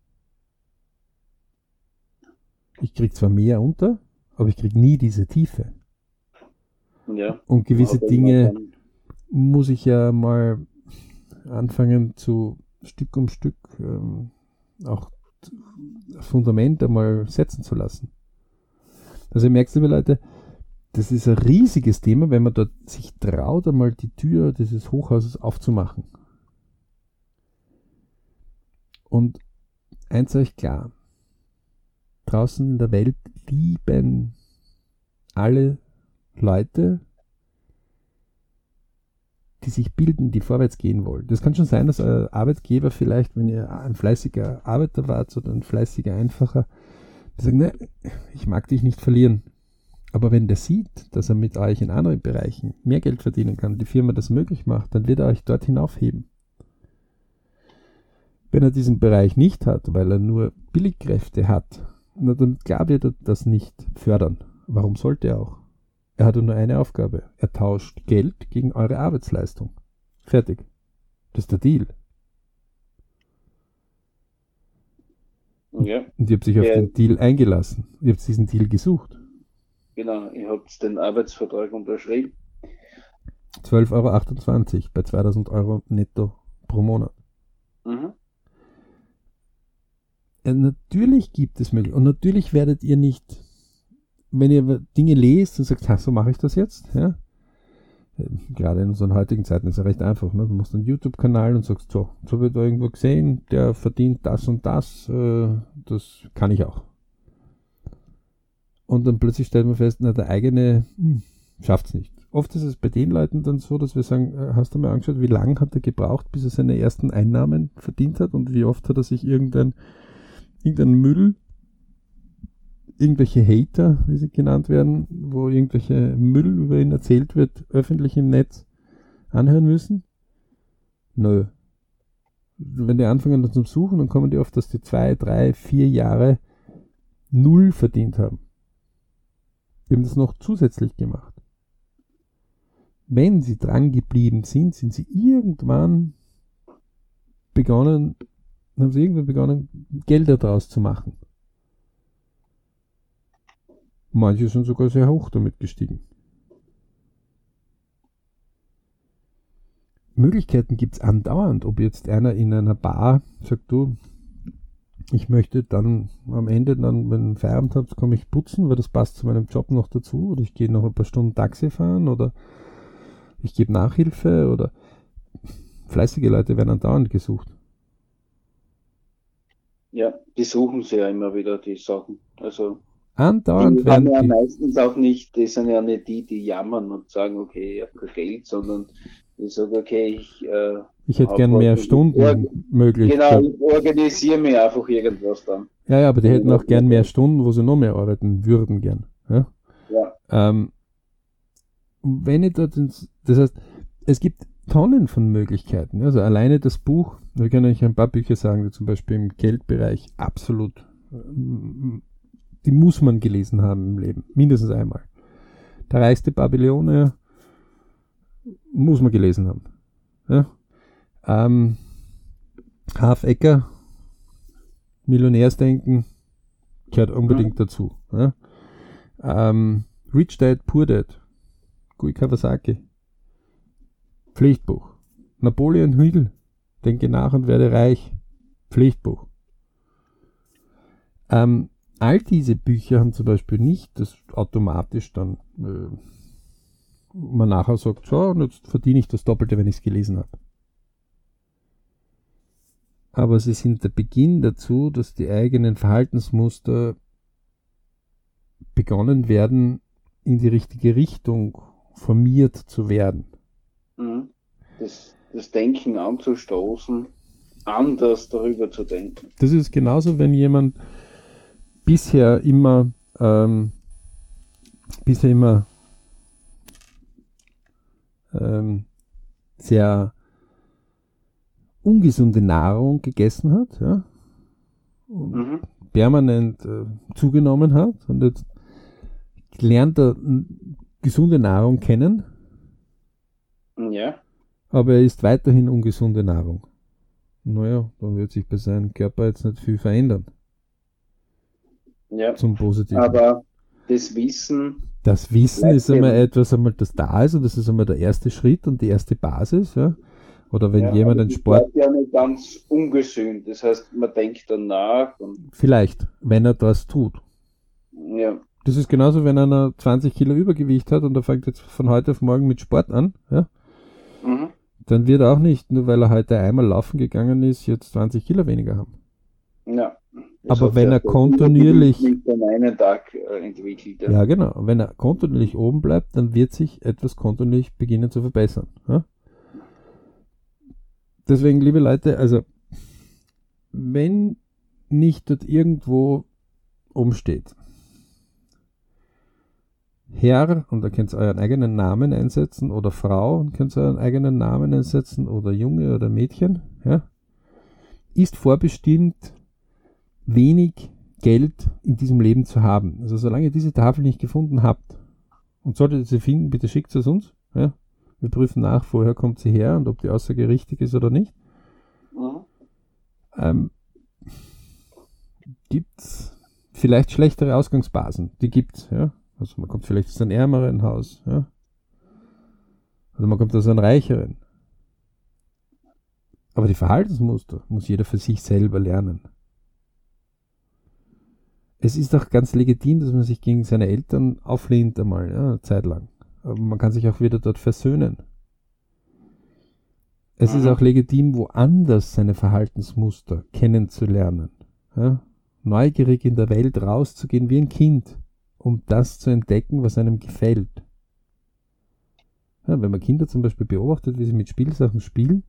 Ich kriege zwar mehr unter, aber ich kriege nie diese Tiefe. Ja. Und gewisse Aber Dinge dann- muss ich ja mal anfangen zu Stück um Stück ähm, auch das Fundament einmal setzen zu lassen. Also ihr merkt, liebe Leute, das ist ein riesiges Thema, wenn man dort sich traut, einmal die Tür dieses Hochhauses aufzumachen. Und eins ist euch klar, draußen in der Welt lieben alle Leute, die sich bilden, die vorwärts gehen wollen. Das kann schon sein, dass ein Arbeitgeber vielleicht, wenn ihr ein fleißiger Arbeiter wart oder ein fleißiger Einfacher, die sagen, ne, ich mag dich nicht verlieren. Aber wenn der sieht, dass er mit euch in anderen Bereichen mehr Geld verdienen kann, die Firma das möglich macht, dann wird er euch dort hinaufheben. Wenn er diesen Bereich nicht hat, weil er nur Billigkräfte hat, na dann klar wird er das nicht fördern. Warum sollte er auch? Er hat nur eine Aufgabe. Er tauscht Geld gegen eure Arbeitsleistung. Fertig. Das ist der Deal. Ja, Und ihr habt sich auf Ja. den Deal eingelassen. Ihr habt diesen Deal gesucht. genau. Ihr habt den Arbeitsvertrag unterschrieben. zwölf Euro achtundzwanzig bei zweitausend Euro netto pro Monat. Mhm. Ja, natürlich gibt es Möglichkeiten. Und natürlich werdet ihr nicht, wenn ihr Dinge lest und sagt, ha, so mache ich das jetzt, ja. Gerade in unseren heutigen Zeiten ist es ja recht einfach. Ne? Du machst einen YouTube-Kanal und sagst, so, so habe ich da irgendwo gesehen, der verdient das und das, äh, das kann ich auch. Und dann plötzlich stellt man fest, na, der eigene hm, schafft es nicht. Oft ist es bei den Leuten dann so, dass wir sagen, äh, hast du mal angeschaut, wie lange hat er gebraucht, bis er seine ersten Einnahmen verdient hat und wie oft hat er sich irgendein, irgendein Müll, irgendwelche Hater, wie sie genannt werden, wo irgendwelche Müll über ihn erzählt wird, öffentlich im Netz anhören müssen? Nö. Wenn die anfangen dann zum Suchen, dann kommen die oft, dass die zwei, drei, vier Jahre null verdient haben. Die haben das noch zusätzlich gemacht. Wenn sie dran geblieben sind, sind sie irgendwann begonnen, haben sie irgendwann begonnen, Geld daraus zu machen. Manche sind sogar sehr hoch damit gestiegen. Möglichkeiten gibt es andauernd, ob jetzt einer in einer Bar sagt, du, ich möchte dann am Ende, dann, wenn ihr Feierabend habt, komme ich putzen, weil das passt zu meinem Job noch dazu, oder ich gehe noch ein paar Stunden Taxi fahren, oder ich gebe Nachhilfe, oder fleißige Leute werden andauernd gesucht. Ja, die suchen sie ja immer wieder, die Sachen. Also, Andauernd die haben werden ja die, meistens auch nicht, die sind ja nicht die, die jammern und sagen, okay, ich habe kein Geld, sondern die sagen, okay, ich, äh, ich hätte hab gern mehr was- Stunden möglich. Genau, ich organisiere mir einfach irgendwas dann. Ja, ja, aber die Ja, hätten auch gern ja. mehr Stunden, wo sie noch mehr arbeiten würden gern. Ja? Ja, Ähm, wenn ich dort ins, das heißt, es gibt Tonnen von Möglichkeiten. Also alleine das Buch, wir können euch ein paar Bücher sagen, die zum Beispiel im Geldbereich absolut, ähm, die muss man gelesen haben im Leben, mindestens einmal. Der reichste Babylonier muss man gelesen haben. Ja? Ähm, Hafecker, Millionärsdenken, gehört unbedingt dazu. Ja? Ähm, Rich Dad, Poor Dad, Guy Kawasaki, Pflichtbuch. Napoleon Hill, denke nach und werde reich, Pflichtbuch. Ähm, all diese Bücher haben zum Beispiel nicht das automatisch dann äh, man nachher sagt, so, und jetzt verdiene ich das Doppelte, wenn ich es gelesen habe. Aber sie sind der Beginn dazu, dass die eigenen Verhaltensmuster begonnen werden, in die richtige Richtung formiert zu werden. Das, das Denken anzustoßen, anders darüber zu denken. Das ist genauso, wenn jemand bisher immer ähm, bisher immer ähm, sehr ungesunde Nahrung gegessen hat, ja, und mhm. permanent äh, zugenommen hat und jetzt lernt er gesunde Nahrung kennen, ja. aber er isst weiterhin ungesunde Nahrung. Naja, dann wird sich bei seinem Körper jetzt nicht viel verändern. Ja, zum Positiven. Aber das Wissen... Das Wissen ist einmal etwas, einmal das da ist, und das ist einmal der erste Schritt und die erste Basis, ja. Oder wenn ja, jemand einen Sport... Das ist ja nicht ganz ungesund, das heißt, man denkt dann nach. Und vielleicht, wenn er das tut. Ja. Das ist genauso, wenn einer zwanzig Kilo Übergewicht hat und er fängt jetzt von heute auf morgen mit Sport an, ja. Mhm. Dann wird er auch nicht, nur weil er heute einmal laufen gegangen ist, jetzt zwanzig Kilo weniger haben. Ja. Aber wenn er kontinuierlich... An einen Tag äh, entwickelt. Ja. ja, genau. Wenn er kontinuierlich oben bleibt, dann wird sich etwas kontinuierlich beginnen zu verbessern. Ja? Deswegen, liebe Leute, also wenn nicht dort irgendwo oben steht, Herr, und da könnt ihr euren eigenen Namen einsetzen, oder Frau, und könnt ihr euren eigenen Namen einsetzen, oder Junge oder Mädchen, ja, ist vorbestimmt, wenig Geld in diesem Leben zu haben. Also solange ihr diese Tafel nicht gefunden habt, und solltet ihr sie finden, bitte schickt es uns, ja. Wir prüfen nach, woher kommt sie her und ob die Aussage richtig ist oder nicht. Mhm. Ähm, gibt es vielleicht schlechtere Ausgangsbasen? Die gibt es, ja. Also man kommt vielleicht aus einem ärmeren Haus, ja. Oder man kommt aus einem reicheren. Aber die Verhaltensmuster muss jeder für sich selber lernen. Es ist auch ganz legitim, dass man sich gegen seine Eltern auflehnt einmal, ja, eine Zeit lang. Aber man kann sich auch wieder dort versöhnen. Es mhm. ist auch legitim, woanders seine Verhaltensmuster kennenzulernen. Ja? Neugierig in der Welt rauszugehen wie ein Kind, um das zu entdecken, was einem gefällt. Ja, wenn man Kinder zum Beispiel beobachtet, wie sie mit Spielsachen spielen,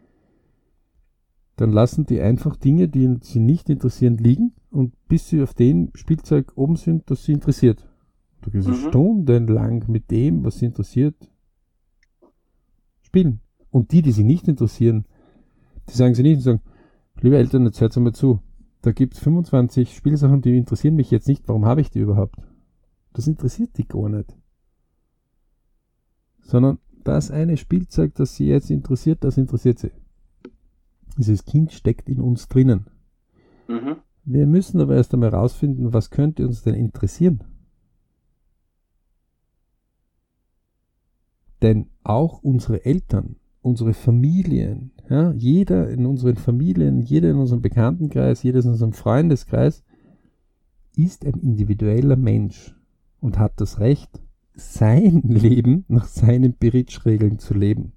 dann lassen die einfach Dinge, die sie nicht interessieren, liegen, und bis sie auf dem Spielzeug oben sind, das sie interessiert. Da können sie mhm. stundenlang mit dem, was sie interessiert, spielen. Und die, die sie nicht interessieren, die sagen sie nicht und sagen, liebe Eltern, jetzt hört einmal zu. Da gibt es fünfundzwanzig Spielsachen, die interessieren mich jetzt nicht. Warum habe ich die überhaupt? Das interessiert die gar nicht. Sondern das eine Spielzeug, das sie jetzt interessiert, das interessiert sie. Dieses Kind steckt in uns drinnen. Mhm. Wir müssen aber erst einmal herausfinden, was könnte uns denn interessieren. Denn auch unsere Eltern, unsere Familien, ja, jeder in unseren Familien, jeder in unserem Bekanntenkreis, jeder in unserem Freundeskreis ist ein individueller Mensch und hat das Recht, sein Leben nach seinen Beritsch-Regeln zu leben.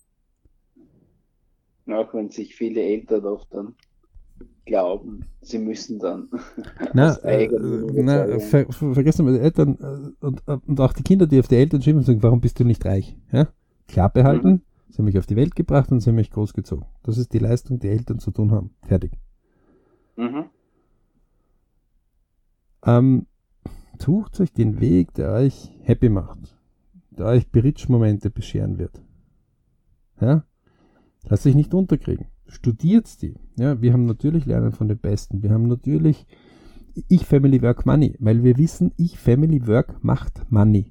Auch wenn sich viele Eltern oft dann glauben, sie müssen dann. Na, äh, na ver, ver, vergessen wir die Eltern äh, und, und auch die Kinder, die auf die Eltern schimpfen und sagen, warum bist du nicht reich? Ja? Klar behalten, mhm. sie haben mich auf die Welt gebracht und sie haben mich großgezogen. Das ist die Leistung, die Eltern zu tun haben. Fertig. Mhm. Ähm, sucht euch den Weg, der euch happy macht, der euch Beritsch-Momente bescheren wird. Ja? Lasst euch nicht unterkriegen. Studiert die. Ja, wir haben natürlich Lernen von den Besten. Wir haben natürlich Ich Family Work Money, weil wir wissen, Ich Family Work macht Money.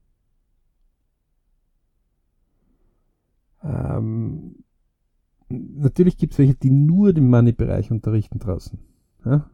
Ähm, natürlich gibt es welche, die nur den Money-Bereich unterrichten draußen. Ja?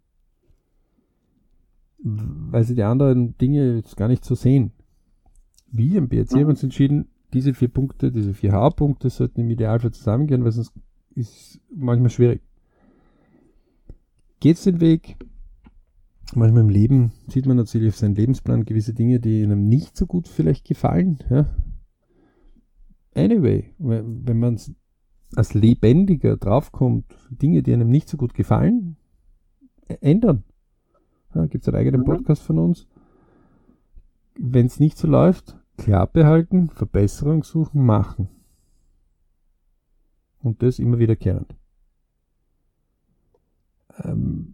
Weil sie die anderen Dinge jetzt gar nicht so sehen. Wir im B R C haben uns entschieden, diese vier Punkte, diese vier Hauptpunkte sollten im Idealfall zusammengehen, weil sonst ist es manchmal schwierig. Geht's den Weg, manchmal im Leben sieht man natürlich auf seinen Lebensplan gewisse Dinge, die einem nicht so gut vielleicht gefallen. Ja. Anyway, wenn man als Lebendiger draufkommt, Dinge, die einem nicht so gut gefallen, ändern. Ja, gibt es einen eigenen Podcast von uns. Wenn es nicht so läuft, klar behalten, Verbesserung suchen, machen. Und das immer wiederkehrend. Ähm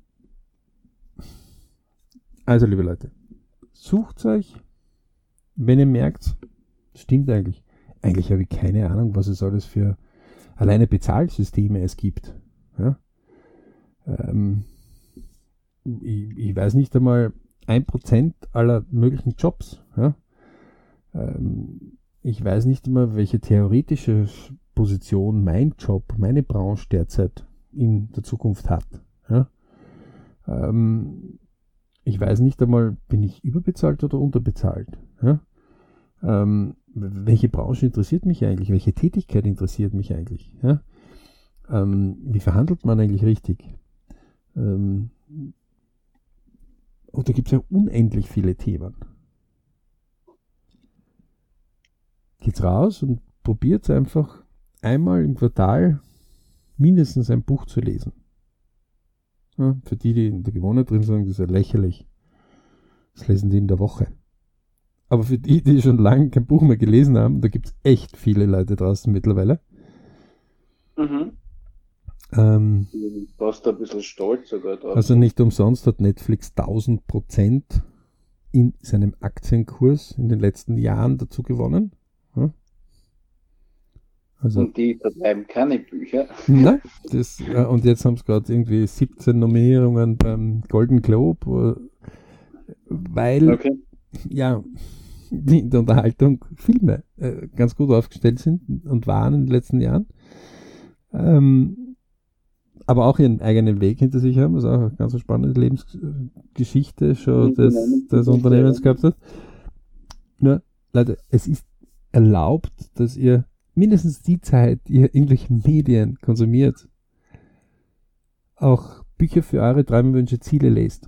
also, liebe Leute, sucht euch, wenn ihr merkt, stimmt eigentlich, eigentlich habe ich keine Ahnung, was es alles für alleine Bezahlsysteme es gibt. Ja? Ähm, ich, ich weiß nicht einmal ein Prozent aller möglichen Jobs. Ja? Ähm, ich weiß nicht einmal, welche theoretische Position mein Job, meine Branche derzeit in der Zukunft hat. Ja? Ähm, ich weiß nicht einmal, bin ich überbezahlt oder unterbezahlt. Ja? Ähm, welche Branche interessiert mich eigentlich? Welche Tätigkeit interessiert mich eigentlich? Ja? Ähm, wie verhandelt man eigentlich richtig? Ähm, und da gibt es ja unendlich viele Themen. Geht's raus und probiert einfach einmal im Quartal mindestens ein Buch zu lesen. Ja, für die, die in der Gewohnheit drin sind, das ist ja lächerlich. Das lesen die in der Woche. Aber für die, die schon lange kein Buch mehr gelesen haben, da gibt es echt viele Leute draußen mittlerweile. Mhm. Ähm, Du warst da ein bisschen stolz sogar drauf. also nicht umsonst hat Netflix tausend Prozent in seinem Aktienkurs in den letzten Jahren dazu gewonnen. Ja? Also, Und die vertreiben keine Bücher. nein, das, äh, und jetzt haben sie gerade irgendwie siebzehn Nominierungen beim Golden Globe, äh, weil Okay. ja die in der Unterhaltung Filme äh, ganz gut aufgestellt sind und waren in den letzten Jahren. Ähm, aber auch ihren eigenen Weg hinter sich haben, was auch eine ganz spannende Lebensgeschichte schon des, des Unternehmens gehabt hat. Nur, Leute, es ist erlaubt, dass ihr mindestens die Zeit, die ihr irgendwelche Medien konsumiert, auch Bücher für eure Träume, Ziele lest.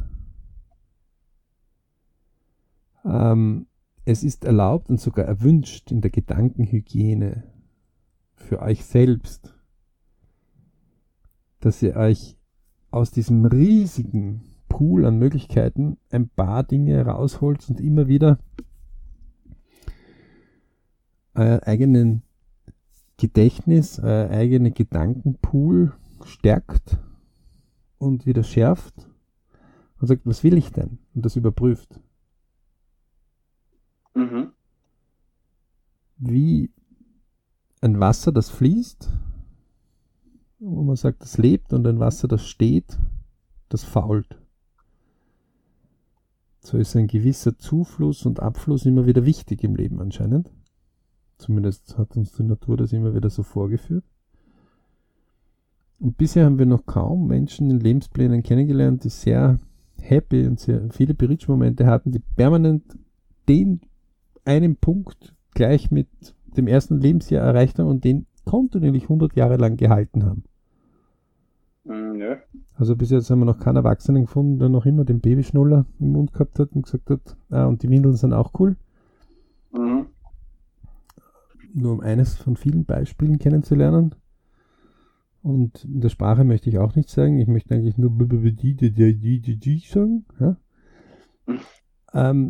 Ähm, es ist erlaubt und sogar erwünscht in der Gedankenhygiene für euch selbst, dass ihr euch aus diesem riesigen Pool an Möglichkeiten ein paar Dinge rausholt und immer wieder euer eigenen Gedächtnis, euer eigenen Gedankenpool stärkt und wieder schärft und sagt, was will ich denn? Und das überprüft. Mhm. Wie ein Wasser, das fließt, wo man sagt, das lebt, und ein Wasser, das steht, das fault. So ist ein gewisser Zufluss und Abfluss immer wieder wichtig im Leben anscheinend. Zumindest hat uns die Natur das immer wieder so vorgeführt. Und bisher haben wir noch kaum Menschen in Lebensplänen kennengelernt, die sehr happy und sehr viele Berichtsmomente hatten, die permanent den einen Punkt gleich mit dem ersten Lebensjahr erreicht haben und den kontinuierlich hundert Jahre lang gehalten haben. Mhm, ja. Also bis jetzt haben wir noch keinen Erwachsenen gefunden, der noch immer den Babyschnuller im Mund gehabt hat und gesagt hat, ah, und die Windeln sind auch cool. Mhm. Nur um eines von vielen Beispielen kennenzulernen. Und in der Sprache möchte ich auch nicht sagen, ich möchte eigentlich nur sagen. Ja? Ähm,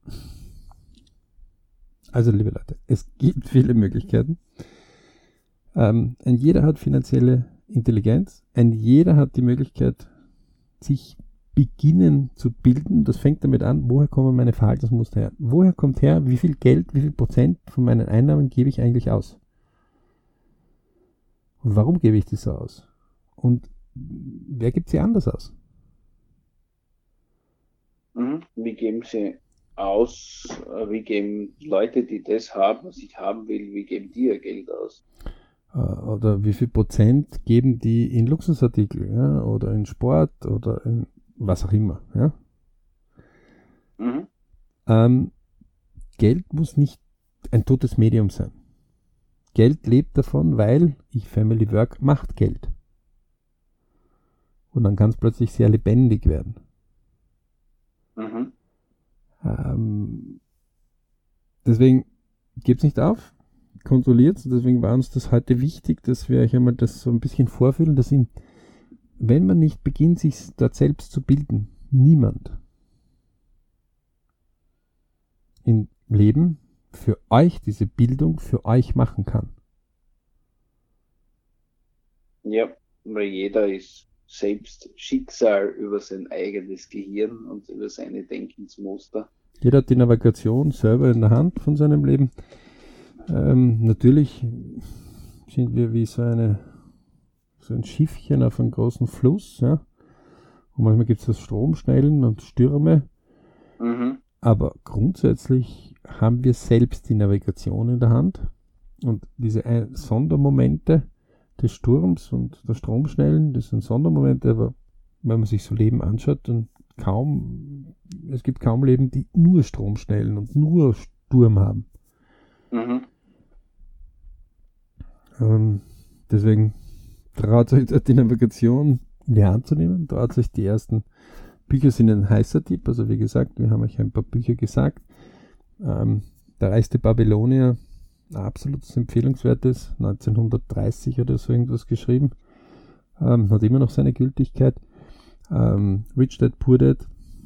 also liebe Leute, es gibt viele Möglichkeiten. Ähm, ein jeder hat finanzielle Intelligenz, ein jeder hat die Möglichkeit, sich beginnen zu bilden. Das fängt damit an, woher kommen meine Verhaltensmuster her? Woher kommt her, wie viel Geld, wie viel Prozent von meinen Einnahmen gebe ich eigentlich aus? Und warum gebe ich das so aus? Und wer gibt sie anders aus? Mhm. Wie geben sie aus, äh, wie geben Leute, die das haben, was ich haben will, wie geben die ihr Geld aus? Oder wie viel Prozent geben die in Luxusartikel, ja, oder in Sport oder in was auch immer. Ja? Mhm. Ähm, Geld muss nicht ein totes Medium sein. Geld lebt davon, weil ich Family Work macht Geld. Und dann kann es plötzlich sehr lebendig werden. Mhm. Ähm, deswegen gebt's nicht auf, kontrolliert. Deswegen war uns das heute wichtig, dass wir euch einmal das so ein bisschen vorfühlen, dass ihm, wenn man nicht beginnt, sich dort selbst zu bilden, niemand im Leben für euch diese Bildung für euch machen kann. Ja, weil jeder ist selbst Schicksal über sein eigenes Gehirn und über seine Denkensmuster. Jeder hat die Navigation selber in der Hand von seinem Leben. Ähm, natürlich sind wir wie so eine so ein Schiffchen auf einem großen Fluss, ja. Und manchmal gibt es das Stromschnellen und Stürme. Mhm. Aber grundsätzlich haben wir selbst die Navigation in der Hand. Und diese ein- Sondermomente des Sturms und der Stromschnellen, das sind Sondermomente, aber wenn man sich so Leben anschaut, dann kaum, es gibt kaum Leben, die nur Stromschnellen und nur Sturm haben. Mhm. Ähm, deswegen traut euch die Navigation in die Hand zu nehmen, traut euch die ersten Bücher sind ein heißer Tipp, also wie gesagt, wir haben euch ein paar Bücher gesagt. Ähm, der reichste Babylonier, ein absolutes empfehlenswertes, neunzehnhundertdreißig oder so irgendwas geschrieben, ähm, hat immer noch seine Gültigkeit. Ähm, Rich Dad Poor Dad,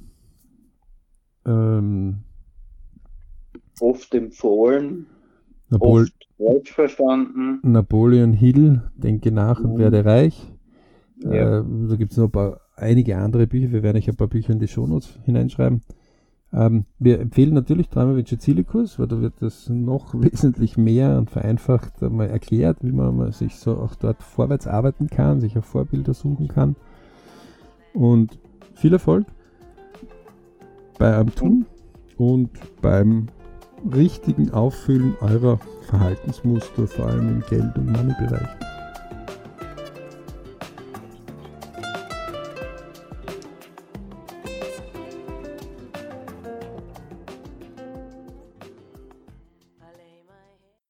ähm, Oft empfohlen, Napol- oft falsch verstanden. Napoleon Hill, Denke nach und Mhm. werde reich. Ja. Äh, da gibt es noch ein paar, einige andere Bücher. Wir werden euch ein paar Bücher in die Shownotes hineinschreiben. Ähm, wir empfehlen natürlich Träume Ziele-Kurs, weil da wird das noch wesentlich mehr und vereinfacht einmal erklärt, wie man, man sich so auch dort vorwärts arbeiten kann, sich auf Vorbilder suchen kann. Und viel Erfolg bei eurem Tun und beim richtigen Auffüllen eurer Verhaltensmuster, vor allem im Geld- und Money-Bereich.